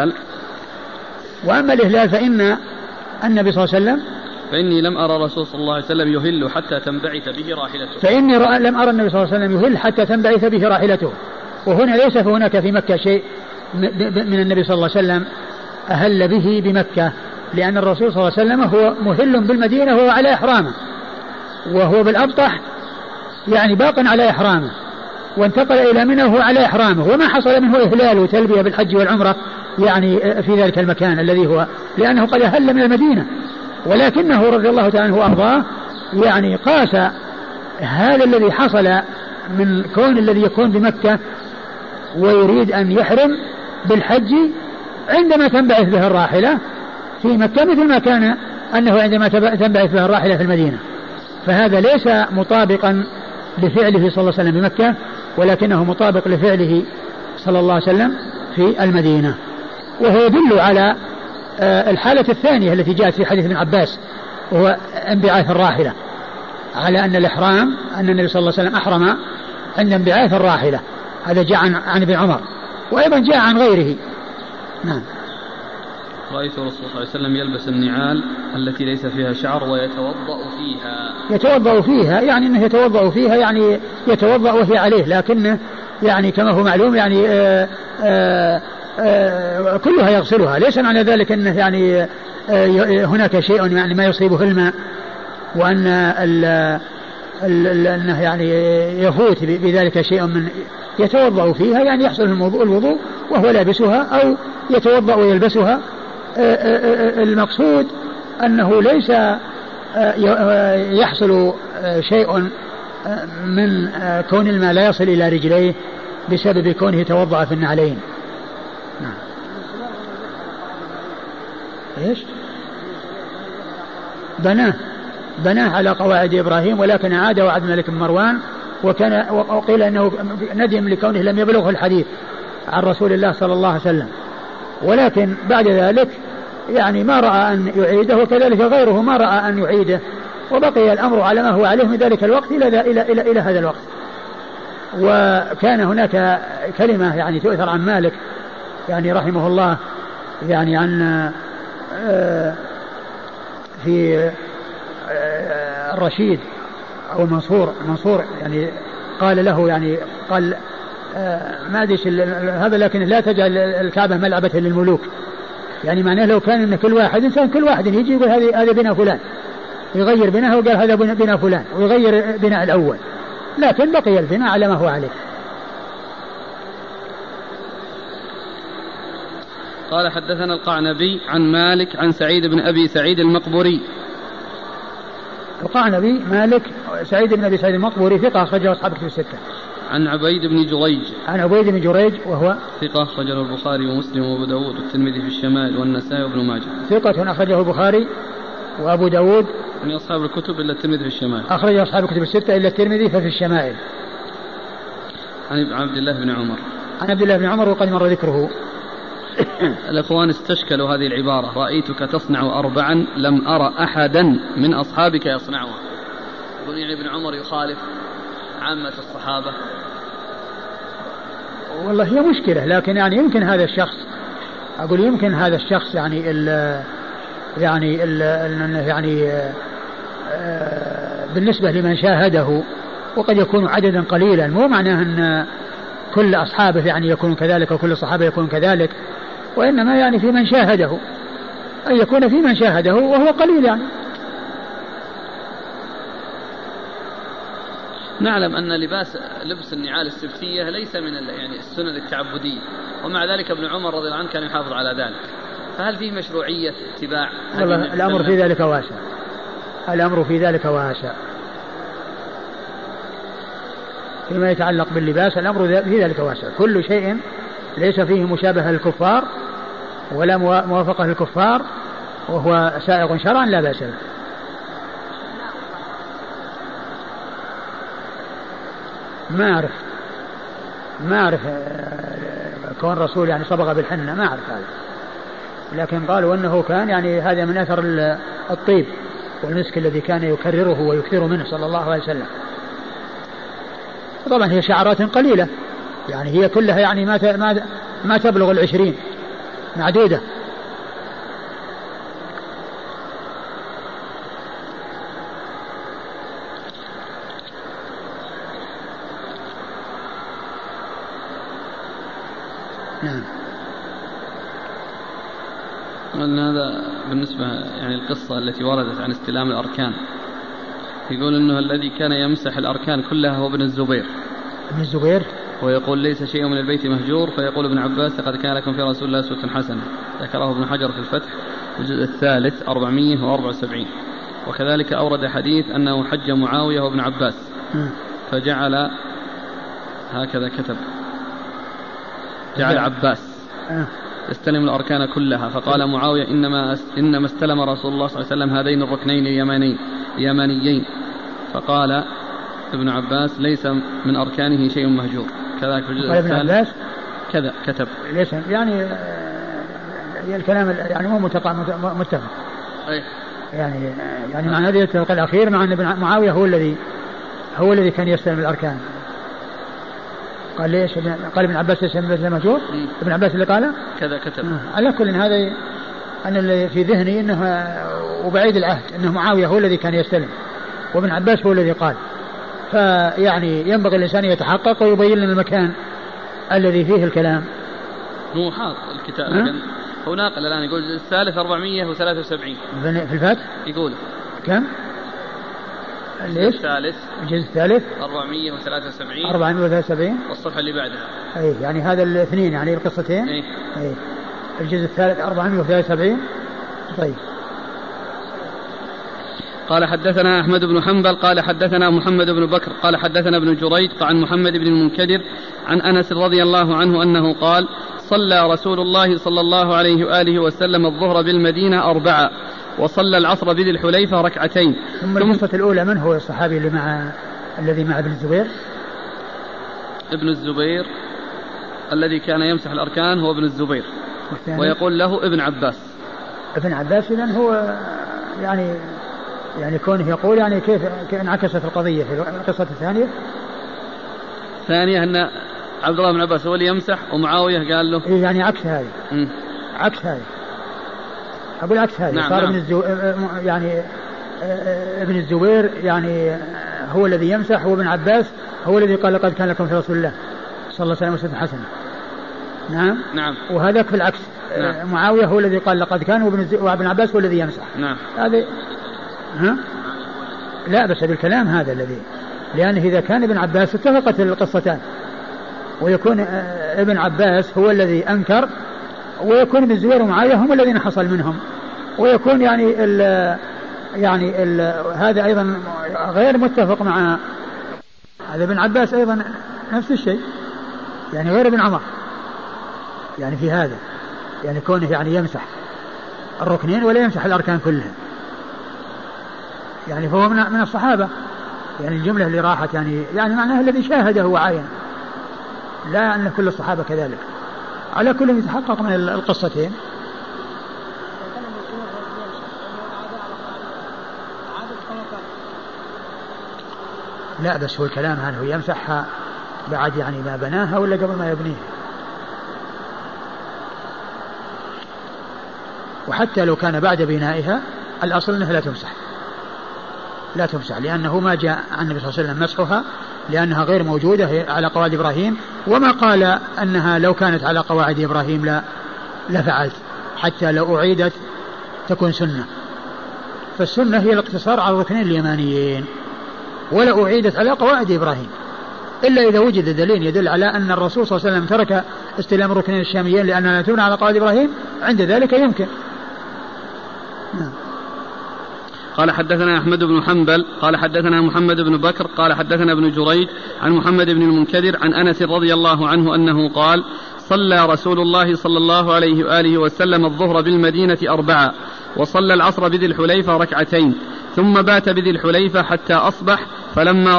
الإهلال فإن النبي صلى الله عليه وسلم فإني لم أرى رسول صلى الله عليه وسلم يهل حتى تنبعث به راحلته. فإني لم أرى النبي صلى الله عليه وسلم يهل حتى تنبعث به راحلته. وهنا ليس هناك في مكة شيء من النبي صلى الله عليه وسلم أهل به بمكة، لأن الرسول صلى الله عليه وسلم هو مهل بالمدينة وهو على إحرامه، وهو بالأبطح يعني باق على إحرامه، وانتقل إلى منى وهو على إحرامه، وما حصل منه إهلال وتلبية بالحج والعمرة يعني في ذلك المكان الذي هو، لأنه قد أهل من المدينة، ولكنه رضي الله تعالى عنه وأرضاه يعني قاس هذا الذي حصل من كون الذي يكون بمكة ويريد أن يحرم بالحج عندما تنبعث به الراحلة في مكة، مثل ما كان أنه عندما تنبعث به الراحلة في المدينة، فهذا ليس مطابقا لفعله صلى الله عليه وسلم بمكة، ولكنه مطابق لفعله صلى الله عليه وسلم في المدينة. وهو يدل على الحالة الثانية التي جاءت في حديث ابن عباس، وهو انبعاث الراحلة، على أن الإحرام أن النبي صلى الله عليه وسلم أحرم عند انبعاث الراحلة، هذا جاء عن ابن عمر، وأيضا جاء عن غيره. نعم. رأيت الرسول صلى الله عليه وسلم يلبس النعال التي ليس فيها شعر ويتوضأ فيها. يتوضأ فيها يعني أنه يتوضأ فيها يعني يتوضأ وهي عليه، لكنه يعني كما هو معلوم يعني كلها يغسلها، ليس معنى ذلك أنه يعني هناك شيء يعني ما يصيبه الماء، وأن أنه يعني يفوت بذلك شيء من يتوضأ فيها، يعني يحصل الوضوء وهو لابسها أو يتوضأ ويلبسها. المقصود أنه ليس يحصل شيء من كون الماء لا يصل إلى رجليه بسبب كونه توضأ في النعلين. نعم. ايش؟ بناه على قواعد إبراهيم، ولكن عاد وعد الملك بن مروان، وقيل أنه ندم لكونه لم يبلغه الحديث عن رسول الله صلى الله عليه وسلم، ولكن بعد ذلك يعني ما رأى أن يعيده، وكذلك غيره ما رأى أن يعيده، وبقي الأمر على ما هو عليه من ذلك الوقت إلى هذا الوقت. وكان هناك كلمة يعني تؤثر عن مالك يعني رحمه الله يعني عن في الرشيد أو منصور يعني قال له يعني قال ما أدري هذا، لكن لا تجعل الكعبة ملعبة للملوك، يعني معناه لو كان إن كل واحد يجي يقول هذا بنا فلان، يغير بناه وقال هذا بنا فلان، ويغير بناء الأول، لكن بقي البناء على ما هو عليه. قال حدثنا القعنبي عن مالك عن سعيد بن أبي سعيد المقبوري. القعنبي مالك سعيد بن أبي سعيد المقبوري ثقة أخرجه أصحاب الكتب الستة. عن عبيد بن جريج. عن عبيد بن جريج وهو ثقة أخرجه البخاري ومسلم وأبو داود والترمذي في الشمائل والنسائي وابن ماجه. ثقة أخرجه البخاري وأبو داود من أصحاب الكتب إلا الترمذي في الشمائل. أخرج أصحاب الكتب الستة إلا الترمذي ففي الشمائل. عن عبد الله بن عمر. عن عبد الله بن عمر وقد مر ذكره. الأخوان استشكلوا هذه العبارة: رأيتك تصنع 4 لم أرى أحدا من أصحابك يصنعها. يقول يعني ابن عمر يخالف عامة الصحابة. والله هي مشكلة، لكن يعني يمكن هذا الشخص يعني بالنسبة لمن شاهده، وقد يكون عددا قليلا، مو معناه أن كل أصحابه يعني يكون كذلك وكل الصحابة يكون كذلك، وإنما يعني في من شاهده، أن يكون في من شاهده وهو قليل يعني. نعلم أن لبس النعال السبتية ليس من يعني السنن التعبدية، ومع ذلك ابن عمر رضي الله عنه كان يحافظ على ذلك، فهل فيه مشروعية اتباع؟ الأمر في ذلك واسع، الأمر في ذلك واسع. فيما يتعلق باللباس الأمر في ذلك واسع، كل شيء ليس فيه مشابهة للكفار ولا موافقة للكفار وهو سائغ شرعا لا بأس به. ما أعرف كون الرسول يعني صبغ بالحنة، ما أعرف هذا، لكن قالوا أنه كان يعني هذا من أثر الطيب والمسك الذي كان يكرره ويكثر منه صلى الله عليه وسلم. طبعا هي شعرات قليلة يعني، هي كلها يعني ما تبلغ 20 معدودة. قلنا هذا بالنسبة يعني القصة التي وردت عن استلام الأركان، يقول إنه الذي كان يمسح الأركان كلها هو ابن الزبير. ابن الزبير ويقول ليس شيء من البيت مهجور، فيقول ابن عباس لقد كان لكم في رسول الله أسوة حسنة، ذكره ابن حجر في الفتح الجزء الثالث 474. وكذلك أورد حديث أنه حج معاوية وابن عباس فجعل هكذا كتب جعل عباس يستلم الأركان كلها، فقال معاوية إنما استلم رسول الله صلى الله عليه وسلم هذين الركنين اليمانيين، فقال ابن عباس ليس من أركانه شيء مهجور. كذلك في الجزء الثالث كذا كتب ليس يعني الكلام يعني مو متفق يعني مع هذه التفق الأخير مع أن معاوية هو الذي كان يستلم الأركان. قال ليش؟ قال ابن عباس ليس من مهجور. ابن عباس اللي قاله كذا كتب. على كل هذا أنا اللي في ذهني أنه وبعيد العهد أنه معاوية هو الذي كان يستلم وابن عباس هو الذي قال، فيعني ينبغي الإنسان يتحقق ويبين لنا المكان الذي فيه الكلام. مو حاط الكتاب هو ناقل الآن يقول الثالث 473 في الفتح يقول كم؟ الجزء الثالث 473 والصفحة اللي بعدها يعني هذا الاثنين يعني القصتين الجزء الثالث 473. طيب. قال حدثنا أحمد بن حنبل قال حدثنا محمد بن بكر قال حدثنا ابن جريج عن محمد بن المنكدر عن أنس رضي الله عنه أنه قال صلى رسول الله صلى الله عليه وآله وسلم الظهر بالمدينة 4 وصلى العصر بذي الحليفة 2. ثم القصة الأولى من هو الصحابي الذي مع ابن الزبير؟ ابن الزبير الذي كان يمسح الأركان هو ابن الزبير، ويقول له ابن عباس. ابن عباس إذن هو يعني كونه يقول يعني كيف انعكست القضية في القصة الثانية؟ ثانية أن عبد الله بن عباس هو اللي يمسح ومعاوية قال له يعني عكس هذه عكس هذه أقول عكس هذه. نعم صار نعم. يعني ابن الزبير يعني هو الذي يمسح وابن عباس هو الذي قال لقد كان لكم في رسول الله صلى الله عليه وسلم حسنة. نعم نعم. وهذاك في العكس. نعم. معاوية هو الذي قال لقد كان وابن عباس هو الذي يمسح. نعم. هذه لا بس بالكلام هذا الذي لأنه إذا كان ابن عباس اتفقت القصتان ويكون ابن عباس هو الذي أنكر ويكون ابن الزبير ومعاوية هم الذين حصل منهم ويكون هذا أيضا غير متفق مع هذا. ابن عباس أيضا نفس الشيء يعني غير ابن عمر يعني في هذا يعني كونه يعني يمسح الركنين ولا يمسح الأركان كلها يعني فهو من الصحابة يعني الجملة اللي راحت يعني معناها الذي شاهده وعاين لا أن كل الصحابة كذلك. على كل يتحقق من القصتين. لا بس هو الكلام هل هو يمسحها بعد يعني ما بناها ولا قبل ما يبنيها؟ وحتى لو كان بعد بنائها الأصل أنها لا تمسح لأنه ما جاء عن النبي صلى الله عليه وسلم مسحها لأنها غير موجودة على قواعد إبراهيم، وما قال أنها لو كانت على قواعد إبراهيم لا فعلت حتى لو أعيدت تكون سنة. فالسنة هي الاقتصار على الركنين اليمانيين، ولا أعيدت على قواعد إبراهيم إلا إذا وجد دليل يدل على أن الرسول صلى الله عليه وسلم ترك استلام الركنين الشاميين لأنها تبنى على قواعد إبراهيم، عند ذلك يمكن. قال حدثنا أحمد بن حنبل قال حدثنا محمد بن بكر قال حدثنا ابن جريج عن محمد بن المنكدر عن أنس رضي الله عنه أنه قال: صلى رسول الله صلى الله عليه وآله وسلم الظهر بالمدينة 4، وصلى العصر بذي الحليفة 2، ثم بات بذي الحليفة حتى أصبح، فلما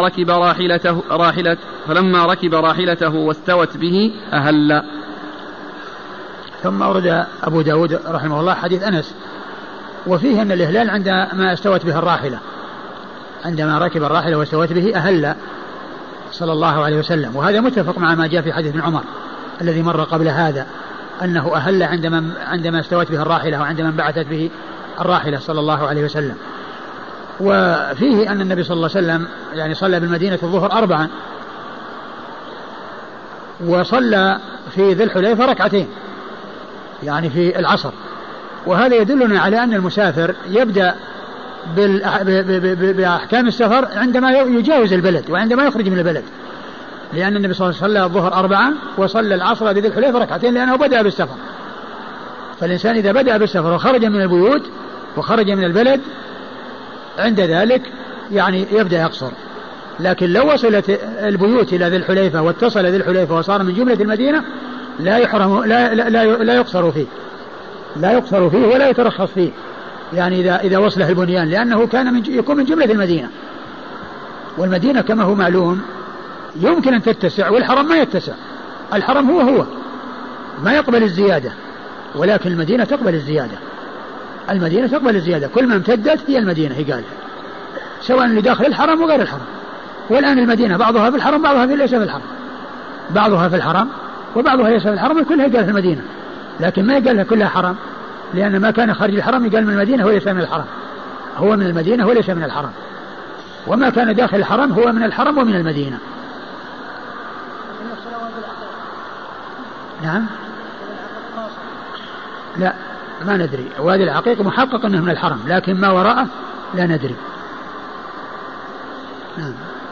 ركب راحلته واستوت به أهل. ثم أورد أبو داود رحمه الله حديث أنس، وفيه أن الإهلال عندما استوت به الراحلة، عندما ركب الراحلة واستوت به أهل صلى الله عليه وسلم. وهذا متفق مع ما جاء في حديث ابن عمر الذي مر قبل هذا، أنه أهل عندما استوت به الراحلة وعندما انبعثت به الراحلة صلى الله عليه وسلم. وفيه أن النبي صلى الله عليه وسلم يعني صلى بالمدينة الظهر 4، وصلى في ذي الحليفة 2 يعني في العصر. وهذا يدلنا على أن المسافر يبدأ بأحكام السفر عندما يجاوز البلد وعندما يخرج من البلد، لأن النبي صلى الله عليه وسلم صلى الظهر 4 وصلى العصر بذي الحليفة 2 لأنه بدأ بالسفر. فالإنسان إذا بدأ بالسفر وخرج من البيوت وخرج من البلد عند ذلك يعني يبدأ يقصر. لكن لو وصلت البيوت إلى ذي الحليفة واتصل ذي الحليفة وصار من جملة المدينة لا يحرم لا يقصر فيه، لا يقصر فيه ولا يترخص فيه، يعني إذا وصله البنيان، لأنه يكون من جملة المدينة. والمدينة كما هو معلوم يمكن أن تتسع، والحرم ما يتسع. الحرم هو ما يقبل الزيادة، ولكن المدينة تقبل الزيادة. المدينة تقبل الزيادة، كل ما امتدت هي المدينة هي قال، سواء لداخل الحرم وغير الحرم. والآن المدينة بعضها في الحرم بعضها ليس في الحرم، بعضها في الحرم وبعضها ليس في الحرم، كلها قال في المدينة، لكن ما يقال لها كلها حرم، لأن ما كان خارج الحرم يقال من المدينة هو ليس من الحرم، هو من المدينة هو ليس من الحرم، وما كان داخل الحرم هو من الحرم ومن المدينة. نعم لا ما ندري، وادي العقيق محقق أنه من الحرم، لكن ما وراءه لا ندري. نعم.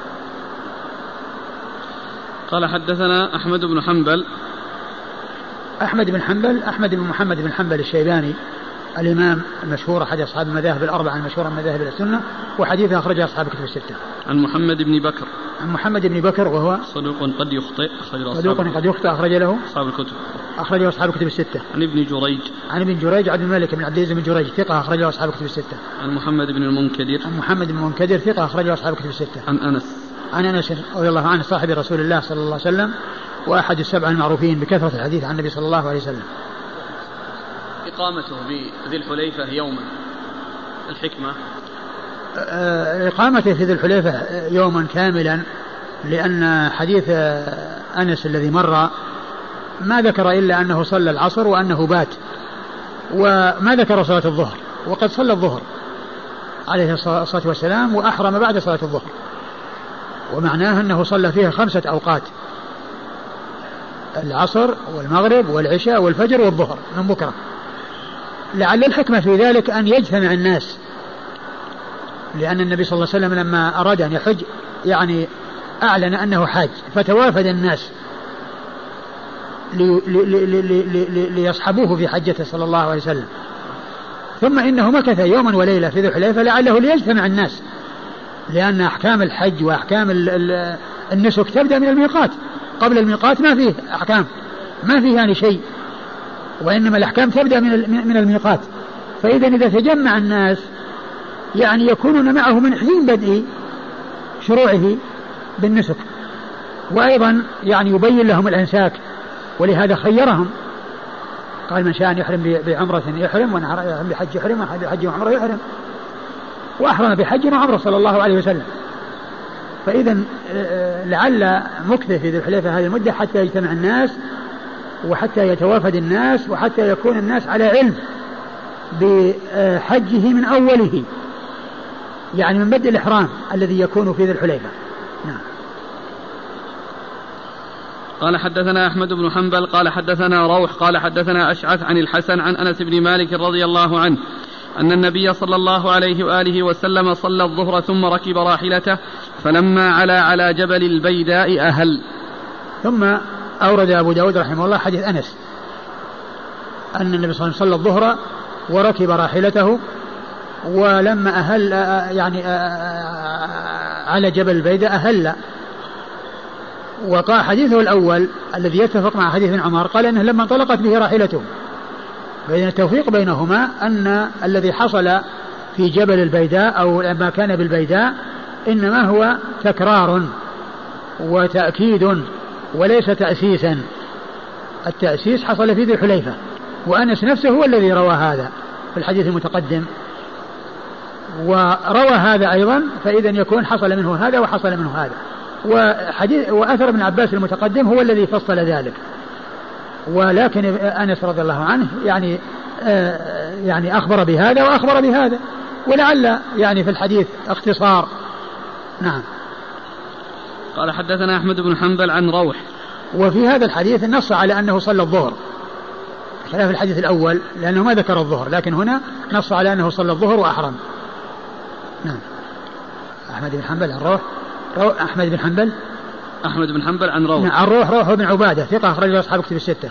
قال حدثنا أحمد بن حنبل. أحمد بن محمد بن حنبل الشيباني الإمام المشهور أحد أصحاب المذاهب الأربعة المشهورة من مذاهب السنة، وحديثه أخرجه أصحاب الكتب الستة. عن محمد بن بكر وهو صدوق قد يخطئ أخرج له أصحاب الكتب الستة. عن ابن جريج عبد الملك بن عبد العزيز بن جريج ثقة أخرج له أصحاب الكتب الستة. عن محمد بن المنكدر ثقة أخرج له أصحاب الكتب الستة. عن أنس رضي الله عنه صاحب رسول الله صلى الله عليه وسلم، وأحد السبع المعروفين بكثرة الحديث عن النبي صلى الله عليه وسلم. إقامته بذي الحليفة يوما، الحكمة إقامته في ذي الحليفة يوما كاملا، لأن حديث أنس الذي مر ما ذكر إلا أنه صلى العصر وأنه بات، وما ذكر صلاة الظهر، وقد صلى الظهر عليه الصلاة والسلام وأحرم بعد صلاة الظهر، ومعناه أنه صلى فيها 5 أوقات: العصر والمغرب والعشاء والفجر والظهر من بكرة. لعل الحكمة في ذلك أن يجتمع الناس، لأن النبي صلى الله عليه وسلم لما أراد أن يحج يعني أعلن أنه حاج، فتوافد الناس ليصحبوه في حجته صلى الله عليه وسلم. ثم إنه مكث يوما وليلة في ذي الحليفة لعله ليجتمع الناس، لأن أحكام الحج وأحكام النسك تبدأ من الميقات، قبل الميقات ما فيه أحكام، ما فيه يعني شيء، وإنما الأحكام تبدأ من الميقات. فإذا إذا تجمع الناس يعني يكونون معه من حين بدء شروعه بالنسك، وأيضا يعني يبين لهم الأنساك، ولهذا خيرهم، قال: من شاء أن يحرم بعمرة يحرم، ومن يحرم بحج يحرم، ومن بحج وعمرة يحرم، وأحرم بحج وعمرة صلى الله عليه وسلم. فإذا لعل مكثه في ذي الحليفة هذه المدة حتى يجتمع الناس، وحتى يتوافد الناس، وحتى يكون الناس على علم بحجه من أوله، يعني من بدء الإحرام الذي يكون في ذي الحليفة. نعم. قال حدثنا أحمد بن حنبل قال حدثنا روح قال حدثنا أشعث عن الحسن عن أنس بن مالك رضي الله عنه أن النبي صلى الله عليه وآله وسلم صلى الظهر ثم ركب راحلته فلما علا على جبل البيداء أهل. ثم أورد أبو داود رحمه الله حديث أنس أن النبي صلى الله عليه وسلم صلى الظهر وركب راحلته ولما أهل يعني على جبل البيداء أهل. وقال حديثه الأول الذي يتفق مع حديث عمر قال إنه لما انطلقت به راحلته، بين التوفيق بينهما أن الذي حصل في جبل البيداء أو ما كان بالبيداء إنما هو تكرار وتأكيد وليس تأسيسا. التأسيس حصل في ذي الحليفة، وأنس نفسه هو الذي روى هذا في الحديث المتقدم وروى هذا أيضا، فإذا يكون حصل منه هذا وحصل منه هذا. وأثر ابن عباس المتقدم هو الذي فصل ذلك، ولكن أنس رضي الله عنه يعني أخبر بهذا وأخبر بهذا، ولعل يعني في الحديث اختصار. نعم. قال حدثنا أحمد بن حنبل عن روح. وفي هذا الحديث نص على أنه صلى الظهر خلاف الحديث الأول لأنه ما ذكر الظهر، لكن هنا نص على أنه صلى الظهر وأحرم. نعم. أحمد بن حنبل عن روح. أحمد بن حنبل عن روح. عن روح بن عبادة ثقة أخرج له أصحاب كتب الستة.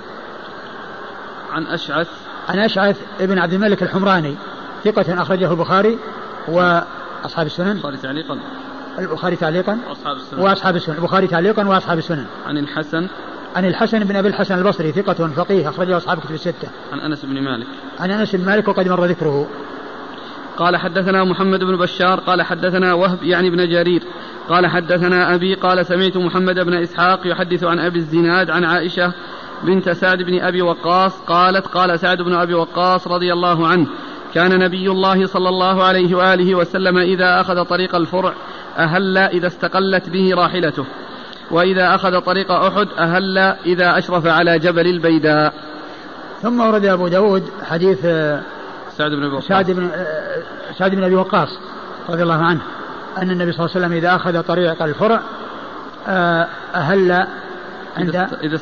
عن أشعث ابن عبد الملك الحمراني ثقة أخرجه البخاري وأصحاب السنن. البخاري تعليقا وأصحاب السنن. البخاري تعليقا وأصحاب السنن. عن الحسن بن أبي الحسن البصري ثقة فقيه أخرجه أصحاب كتب الستة. عن أنس بن مالك وقد مر ذكره. قال حدثنا محمد بن بشار قال حدثنا وهب يعني بن جرير قال حدثنا أبي قال سمعت محمد بن إسحاق يحدث عن أبي الزناد عن عائشة بنت سعد بن أبي وقاص قالت قال سعد بن أبي وقاص رضي الله عنه كان نبي الله صلى الله عليه وآله وسلم إذا أخذ طريق الفرع أهل إذا استقلت به راحلته، وإذا أخذ طريق أحد أهل إذا أشرف على جبل البيداء. ثم ورد أبو داود حديث سعد بن أبي وقاص رضي الله عنه أن النبي صلى الله عليه وسلم إذا أخذ طريق الفرع أهل إذا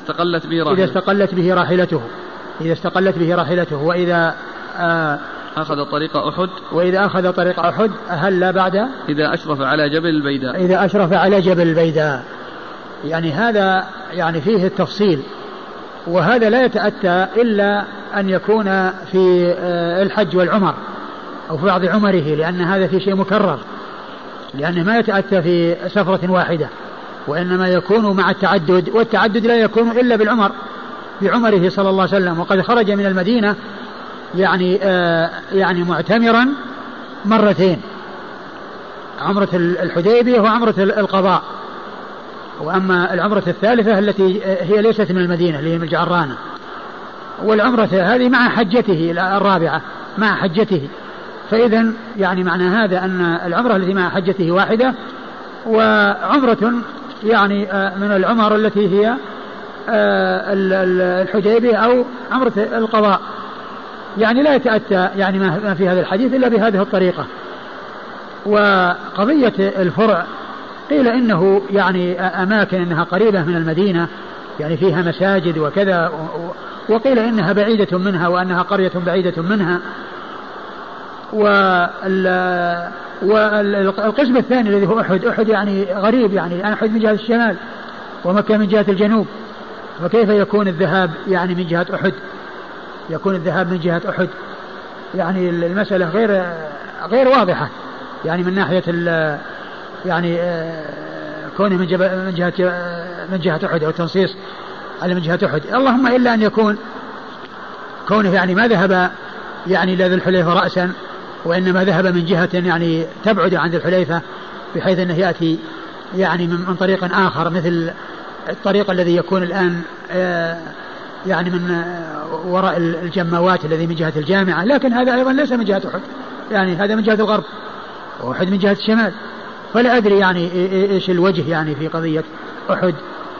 استقلت به راحلته وإذا أخذ طريق أحد أهل بعد إذا أشرف على جبل البيداء. يعني هذا يعني فيه التفصيل، وهذا لا يتأتى إلا أن يكون في الحج والعمر أو في بعض عمره، لأن هذا في شيء مكرر، لأنه ما يتأتى في سفرة واحدة، وإنما يكون مع التعدد، والتعدد لا يكون إلا بالعمر بعمره صلى الله عليه وسلم. وقد خرج من المدينة يعني معتمرا مرتين، عمرة الحديبية وعمرة القضاء، وأما العمرة الثالثة التي هي ليست من المدينة اللي هي من الجعرانة، والعمرة هذه مع حجته الرابعة مع حجته. فإذا يعني معنى هذا أن العمرة التي مع حجته واحدة، وعمرة يعني من العمر التي هي الحديبية أو عمرة القضاء، يعني لا يتأتى يعني ما في هذا الحديث إلا بهذه الطريقة. وقضية الفرع قيل إنه يعني أماكن إنها قريبة من المدينة، يعني فيها مساجد وكذا، وقيل إنها بعيدة منها وأنها قرية بعيدة منها. والقسم الثاني الذي هو أحد يعني غريب، يعني أحد من جهة الشمال ومكة من جهة الجنوب، فكيف يكون الذهاب يعني من جهة أحد؟ يكون الذهاب من جهة أحد، يعني المسألة غير واضحة، يعني من ناحية يعني كونه من جهة أحد أو التنصيص على من جهة أحد، اللهم إلا أن يكون كونه يعني ما ذهب يعني إلى ذي الحليفة رأسا، وإنما ذهب من جهة يعني تبعد عن ذي الحليفة، بحيث أنه يأتي يعني من طريق آخر، مثل الطريق الذي يكون الآن يعني من وراء الجماوات الذي من جهة الجامعة، لكن هذا أيضا ليس من جهة أحد، يعني هذا من جهة الغرب وأحد من جهة الشمال. فلا أدري يعني إيش الوجه يعني في قضية أحد.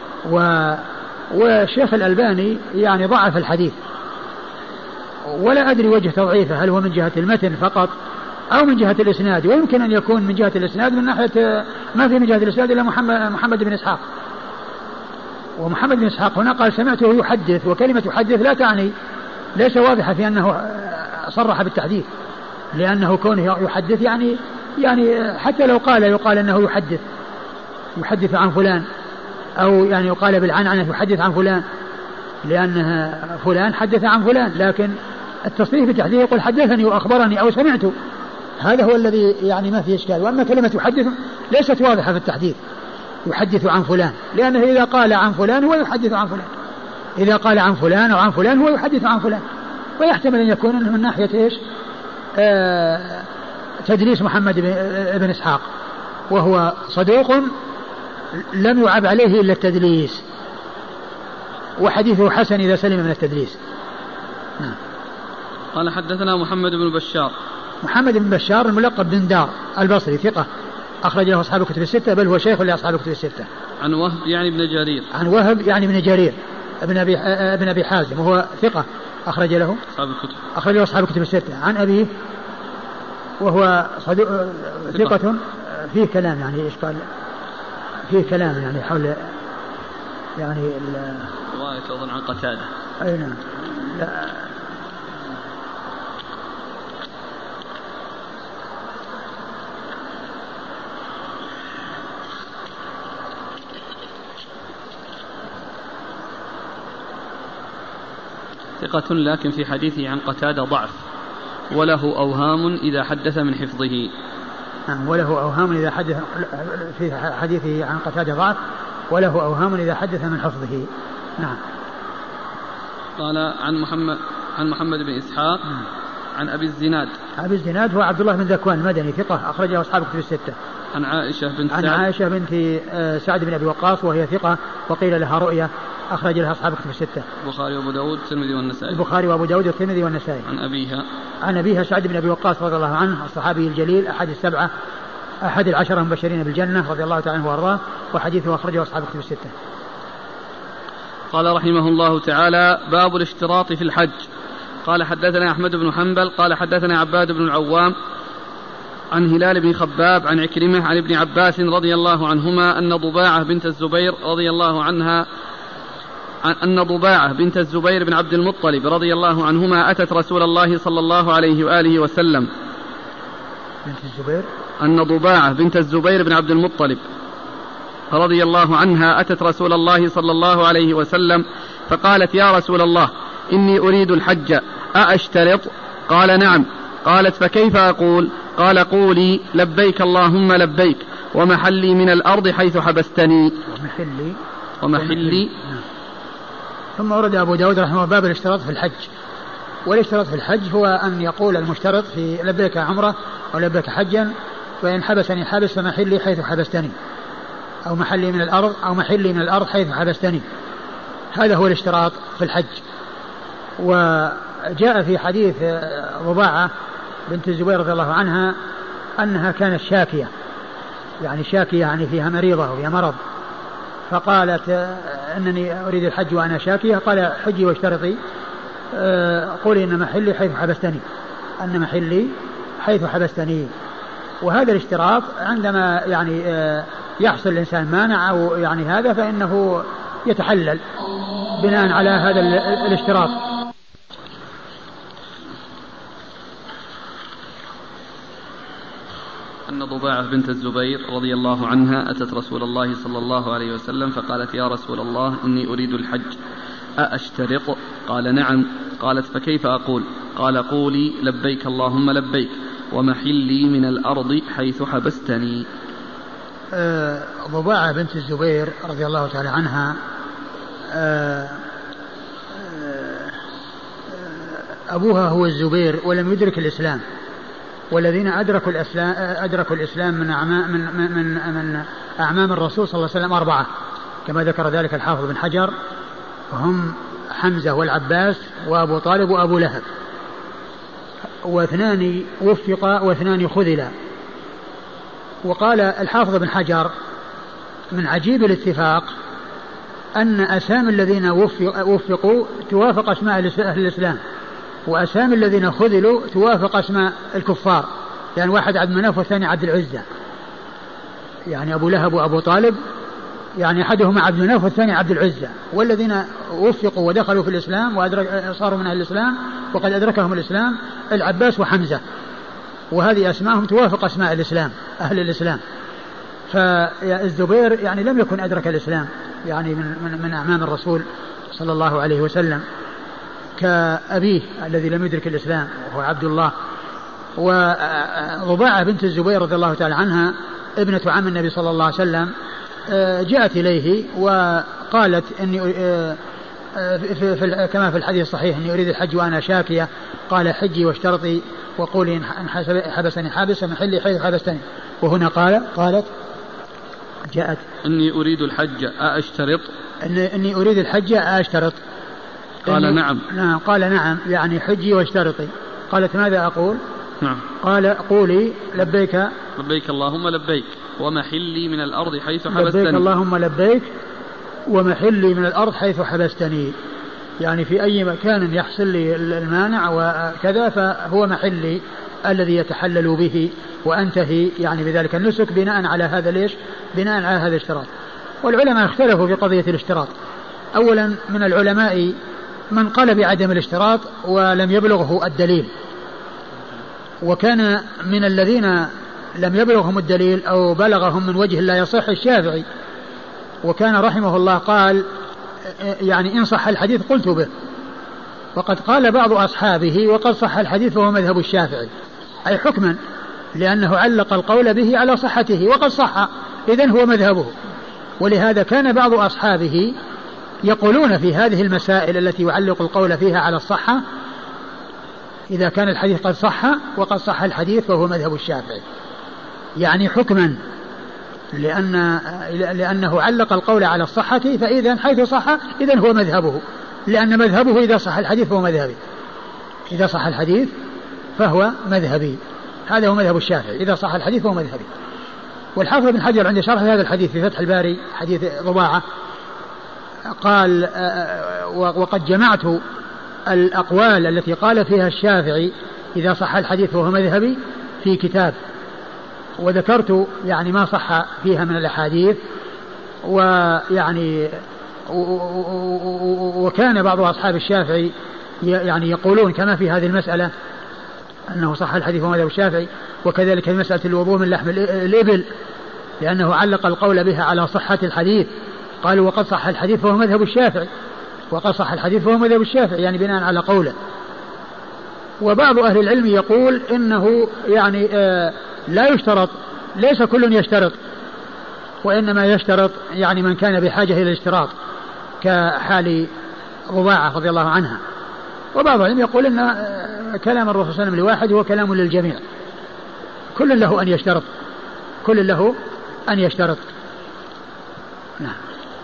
والشيخ الألباني يعني ضعف الحديث، ولا أدري وجه تضعيفه، هل هو من جهة المتن فقط أو من جهة الإسناد، ويمكن أن يكون من جهة الإسناد من ناحية ما في من جهة الإسناد إلا محمد بن إسحاق. ومحمد بن إسحاق هنا قال سمعته يحدث، وكلمة يحدث لا تعني ليس واضحة في أنه صرح بالتحديث، لأنه كونه يحدث يعني حتى لو يقال أنه يحدث عن فلان، أو يعني يقال بالعنعنة يحدث عن فلان، لأن فلان حدث عن فلان، لكن التصريح بالتحديث يقول حدثني وأخبرني أو سمعت، هذا هو الذي يعني ما فيه إشكال. وأما كلمة يحدث ليست واضحة في التحديث، يحدث عن فلان، لأنه إذا قال عن فلان هو يحدث عن فلان، إذا قال عن فلان أو عن فلان هو يحدث عن فلان. ويحتمل أن يكون أنه من ناحية إيش تدليس محمد بن إسحاق، وهو صدوق لم يعب عليه إلا التدليس، وحديثه حسن إذا سلم من التدليس. قال حدثنا محمد بن بشار. محمد بن بشار الملقب بن دار البصري ثقة أخرج له أصحاب الكتب الستة، بل هو شيخ لأصحاب الكتب الستة. عن وهب يعني بن جرير. عن وهب يعني بن جرير ابن أبي حازم، وهو ثقة أخرج له أصحاب الكتب الستة. عن أبيه وهو ثقة فيه كلام، يعني إيش قال فيه كلام يعني حول يعني رواية أظن عن قتادة. أي نعم. لا ثقة، لكن في حديثه عن قتادة ضعف، وله أوهام إذا حدث من حفظه. وله أوهام إذا حدث في حديثه عن قتادة ضعف، وله أوهام إذا حدث من حفظه. نعم. قال عن محمد بن إسحاق. عن أبي الزناد. أبي الزناد هو عبد الله بن ذكوان المدني ثقة أخرجه أصحاب الكتب الستة. عن عائشة بنت سعد بن أبي وقاص وهي ثقة وقيل لها رؤية أخرج لها أصحاب الكتب الستة. البخاري وأبو داود والترمذي والنسائي. البخاري وأبو داود والترمذي والنسائي. عن أبيها سعد بن أبي وقاص رضي الله عنه الصحابي الجليل أحد العشرة المبشرين بالجنة رضي الله تعالى عنه وأرضاه، وحديثه أخرجه أصحاب الكتب الستة. قال رحمه الله تعالى: باب الاشتراط في الحج. قال حدثنا أحمد بن حنبل قال حدثنا عباد بن العوام عن هلال بن خباب عن عكرمة عن ابن عباس رضي الله عنهما أن ضباعة بنت الزبير رضي الله عنها أن ضباعة بنت الزبير بن عبد المطلب رضي الله عنهما أتت رسول الله صلى الله عليه وآله وسلم. أن ضباعة بنت الزبير بن عبد المطلب رضي الله عنها أتت رسول الله صلى الله عليه وسلم فقالت: يا رسول الله، إني أريد الحج، أأشترط؟ قال: نعم. قالت: فكيف أقول؟ قال: قولي: لبيك اللهم لبيك، ومحلي من الأرض حيث حبستني. ومحلي. ثم ورد أبو داود رحمه باب الاشتراط في الحج. والاشتراط في الحج هو أن يقول المشترط في لبيك عمرة ولبيك حجا، وإن حبسني حابس فمحلي حيث حبستني، أو محلي من الأرض، أو محلي من الأرض حيث حبستني. هذا هو الاشتراط في الحج. وجاء في حديث ضباعة بنت الزبير رضي الله عنها أنها كانت شاكية يعني فيها مريضة وفيها مرض، فقالت: أنني أريد الحج وأنا شاكية. قال: حجي واشترطي. قولي إن محلي حيث حبستني، أن محلي حيث حبستني. وهذا الاشتراط عندما يعني يحصل الإنسان مانع أو يعني هذا، فإنه يتحلل بناء على هذا الاشتراط. أن ضباعة بنت الزبير رضي الله عنها أتت رسول الله صلى الله عليه وسلم فقالت: يا رسول الله، إني أريد الحج، أأشترط؟ قال: نعم. قالت: فكيف أقول؟ قال: قولي: لبيك اللهم لبيك، ومحلي من الأرض حيث حبستني. ضباعة بنت الزبير رضي الله تعالى عنها أبوها هو الزبير ولم يدرك الإسلام، والذين أدركوا الإسلام من أعمام الرسول صلى الله عليه وسلم 4، كما ذكر ذلك الحافظ بن حجر، وهم حمزة والعباس وأبو طالب وأبو لهب، واثنان وفقا واثنان خذلا. وقال الحافظ بن حجر: من عجيب الاتفاق أن أسامي الذين وفقوا توافق أسماء أهل الإسلام، وأسامي الذين خذلوا توافق أسماء الكفار، يعني واحد عبد مناف والثاني عبد العزة، يعني أبو لهب وأبو طالب، يعني أحدهما عبد مناف والثاني عبد العزة. والذين وفقوا ودخلوا في الإسلام وصاروا من أهل الإسلام وقد أدركهم الإسلام العباس وحمزة، وهذه أسماءهم توافق أسماء الإسلام أهل الإسلام. فالزبير يعني لم يكن أدرك الإسلام يعني من أعمام الرسول صلى الله عليه وسلم كأبيه الذي لم يدرك الإسلام وهو عبد الله. ورضاعة بنت الزبير رضي الله تعالى عنها ابنة عم النبي صلى الله عليه وسلم جاءت إليه وقالت إني كما في الحديث الصحيح إني أريد الحج وأنا شاكية. قال حجي واشترطي وقولي إن حبسني حابس من حلي حيث حبستني. وهنا قالت جاءت إني أريد الحج أشترط إني أريد الحج أشترط. قال نعم. قال نعم يعني حجي واشترطي. قالت ماذا أقول؟ نعم. قال قولي لبيك لبيك اللهم لبيك ومحلي من الأرض حيث حبستني. لبيك اللهم لبيك ومحلي من الأرض حيث حبستني، يعني في أي مكان يحصل لي المانع وكذا فهو محلي الذي يتحلل به وأنتهي يعني بذلك النسك بناء على هذا ليش؟ بناء على هذا الاشتراط. والعلماء اختلفوا في قضية الاشتراط. أولا من العلماء من قال بعدم الاشتراط ولم يبلغه الدليل، وكان من الذين لم يبلغهم الدليل أو بلغهم من وجه لا يصح الشافعي، وكان رحمه الله قال يعني إن صح الحديث قلت به. وقد قال بعض أصحابه وقد صح الحديث وهو مذهب الشافعي أي حكما لأنه علق القول به على صحته وقد صح إذن هو مذهبه. ولهذا كان بعض أصحابه يقولون في هذه المسائل التي يعلق القول فيها على الصحة إذا كان الحديث قد صح وقد صح الحديث فهو مذهب الشافعي يعني حكما لأنه علق القول على الصحة فإذا حيث صح إذن هو مذهبه، لأن مذهبه إذا صح الحديث فهو مذهبي، إذا صح الحديث فهو مذهبي. هذا هو مذهب الشافعي إذا صح الحديث فهو مذهبي. والحافظ بن حجر عند شرح هذا الحديث في فتح الباري حديث رباعة قال وقد جمعت الأقوال التي قال فيها الشافعي إذا صح الحديث فهو مذهبي في كتاب، وذكرت يعني ما صح فيها من الأحاديث. ويعني وكان بعض أصحاب الشافعي يعني يقولون كما في هذه المسألة أنه صح الحديث فهو مذهب الشافعي، وكذلك في مسألة الوضوء من لحم الإبل لأنه علق القول بها على صحة الحديث قالوا وقد صح الحديث فهو مذهب الشافعي، وقد صح الحديث فهو مذهب الشافعي يعني بناء على قوله. وبعض أهل العلم يقول إنه يعني لا يشترط، ليس كل يشترط، وإنما يشترط يعني من كان بحاجة إلى الاشتراط كحال رضاعة رضي الله عنها. وبعض العلم يقول إن كلام الرسول صلى الله عليه وسلم لواحد هو كلام للجميع، كل له أن يشترط، كل له أن يشترط. نعم.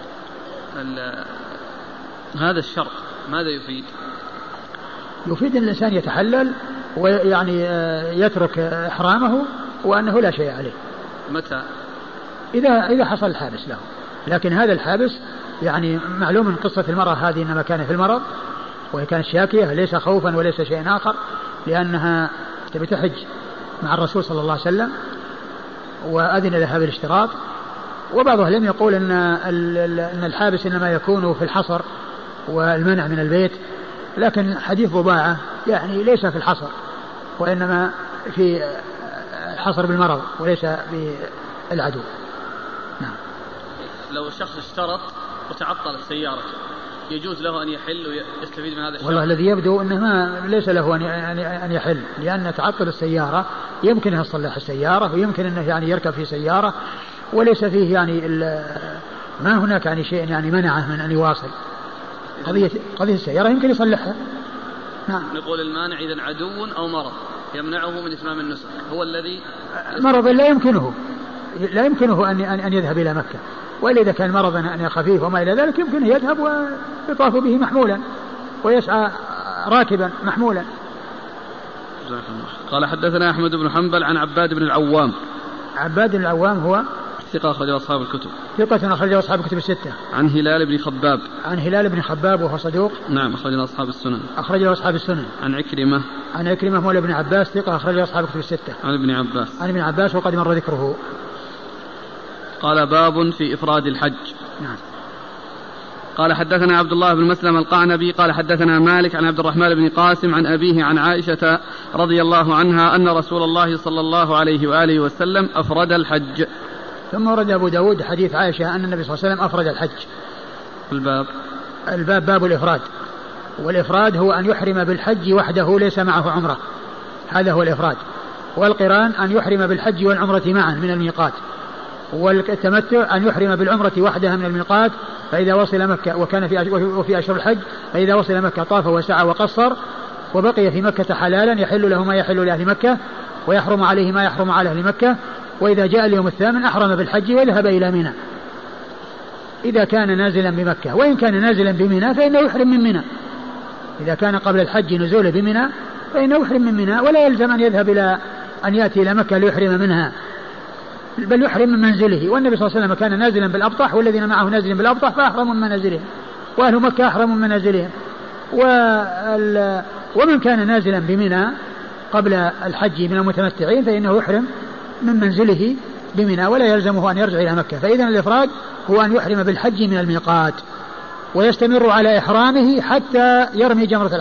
هذا الشرط ماذا يفيد؟ يفيد أن الإنسان يتحلل ويعني يترك إحرامه وأنه لا شيء عليه. متى؟ إذا حصل الحابس له. لكن هذا الحابس يعني معلوم من قصة المرأة هذه إنما كان في المرض وهي كانت شاكية ليس خوفا وليس شيء آخر، لأنها تبي تحج مع الرسول صلى الله عليه وسلم وأذن لها بالاشتراط. وبعض العلماء يقول أن الحابس إنما يكون في الحصر والمنع من البيت، لكن حديث ضباعة يعني ليس في الحصر وإنما في الحصر بالمرض وليس بالعدو. نعم. لو الشخص اشترط وتعطلت سيارته يجوز له أن يحل ويستفيد من هذا الشرط؟ والله الذي يبدو أنه ليس له أن يحل، لأن تعطل السيارة يمكن أن يصلح السيارة ويمكن أنه يعني يركب في سيارة وليس فيه يعني ما هناك يعني شيء يعني منعه من أن يواصل. قضية السيارة يمكن يصلحها. نعم. نقول المانع إذا عدو أو مرض يمنعه من إتمام النسك هو الذي مرض لا يمكنه أن يذهب إلى مكة، وإلا إذا كان مرضا أن خفيف وما إلى ذلك يمكن يذهب ويطاف به محمولا ويسعى راكبا محمولا. قال حدثنا أحمد بن حنبل عن عباد بن العوام. عباد بن العوام هو ثقة أخرجه أصحاب الكتب. ثقة أخرجه أصحاب الكتب الستة. عن هلال بن خباب. عن هلال بن خباب وهو صدوق. نعم أخرجه أصحاب السنن. أخرجه أصحاب السنن. عن عكرمة. عن عكرمة مولى ابن عباس ثقة أخرجه أصحاب الكتب الستة. عن ابن عباس. عن ابن عباس وقد مر ذكره. قال باب في إفراد الحج. نعم. قال حدثنا عبد الله بن مسلم القعنبي قال حدثنا مالك عن عبد الرحمن بن قاسم عن أبيه عن عائشة رضي الله عنها أن رسول الله صلى الله عليه وآله وسلم أفرد الحج. ثم ورد أبو داود حديث عائشة أن النبي صلى الله عليه وسلم أفرد الحج. الباب باب الإفراد، والإفراد هو أن يحرم بالحج وحده ليس معه عمرة، هذا هو الإفراد. والقران أن يحرم بالحج والعمرة معا من الميقات. والتمتع أن يحرم بالعمرة وحدها من الميقات فإذا وصل مكة وكان في أشهر الحج فإذا وصل مكة طاف وسعى وقصر وبقي في مكة حلالا يحل له ما يحل لأهل مكة ويحرم عليه ما يحرم على أهل مكة. وإذا جاء اليوم الثامن أحرم بالحج وذهب إلى منى إذا كان نازلا بمكة، وإن كان نازلا بمنى فإنه يحرم من منى. إذا كان قبل الحج نزول بمنى فإنه يحرم من منى، ولا يلزم أن يذهب إلى أن يأتي إلى مكة ليحرم منها، بل يحرم من منزله. والنبي صلى الله عليه وسلم كان نازلا بالأبطح والذين معه نازلين بالأبطح فأحرموا من منازلهم، وأهل مكة أحرموا من منازلهم. ومن كان نازلا بمنى قبل الحج من المتمتعين فإنه يحرم من منزله بمنى ولا يلزمه أن يرجع إلى مكة. فإذن الإفراد هو أن يحرم بالحج من الميقات ويستمر على إحرامه حتى يرمي جمرة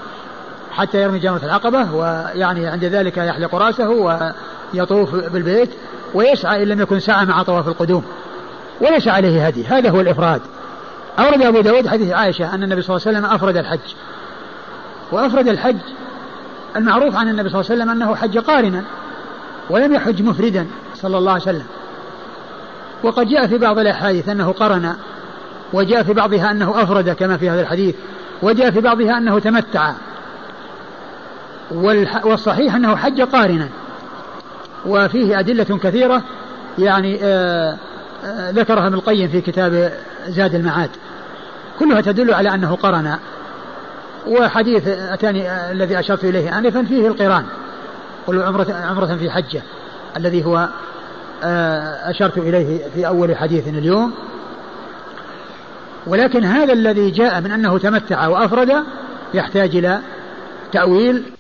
العقبة، ويعني عند ذلك يحلق رأسه ويطوف بالبيت ويسعى إن لم يكن سعى مع طواف القدوم وليس عليه هدي. هذا هو الإفراد. أورد أبو داود حديث عائشة أن النبي صلى الله عليه وسلم أفرد الحج. وأفرد الحج المعروف عن النبي صلى الله عليه وسلم أنه حج قارنا ولم يحج مفردا صلى الله عليه وسلم. وقد جاء في بعض الأحاديث أنه قرن، وجاء في بعضها أنه أفرد كما في هذا الحديث، وجاء في بعضها أنه تمتع. والصحيح أنه حج قارنا، وفيه أدلة كثيرة يعني ذكرها ابن القيم في كتاب زاد المعاد كلها تدل على أنه قرن. وحديث أتاني الذي أشرت إليه آنفا فيه القران، قل عمرة في حجة الذي هو أشرت إليه في أول حديث اليوم. ولكن هذا الذي جاء من أنه تمتع وأفرد يحتاج إلى تأويل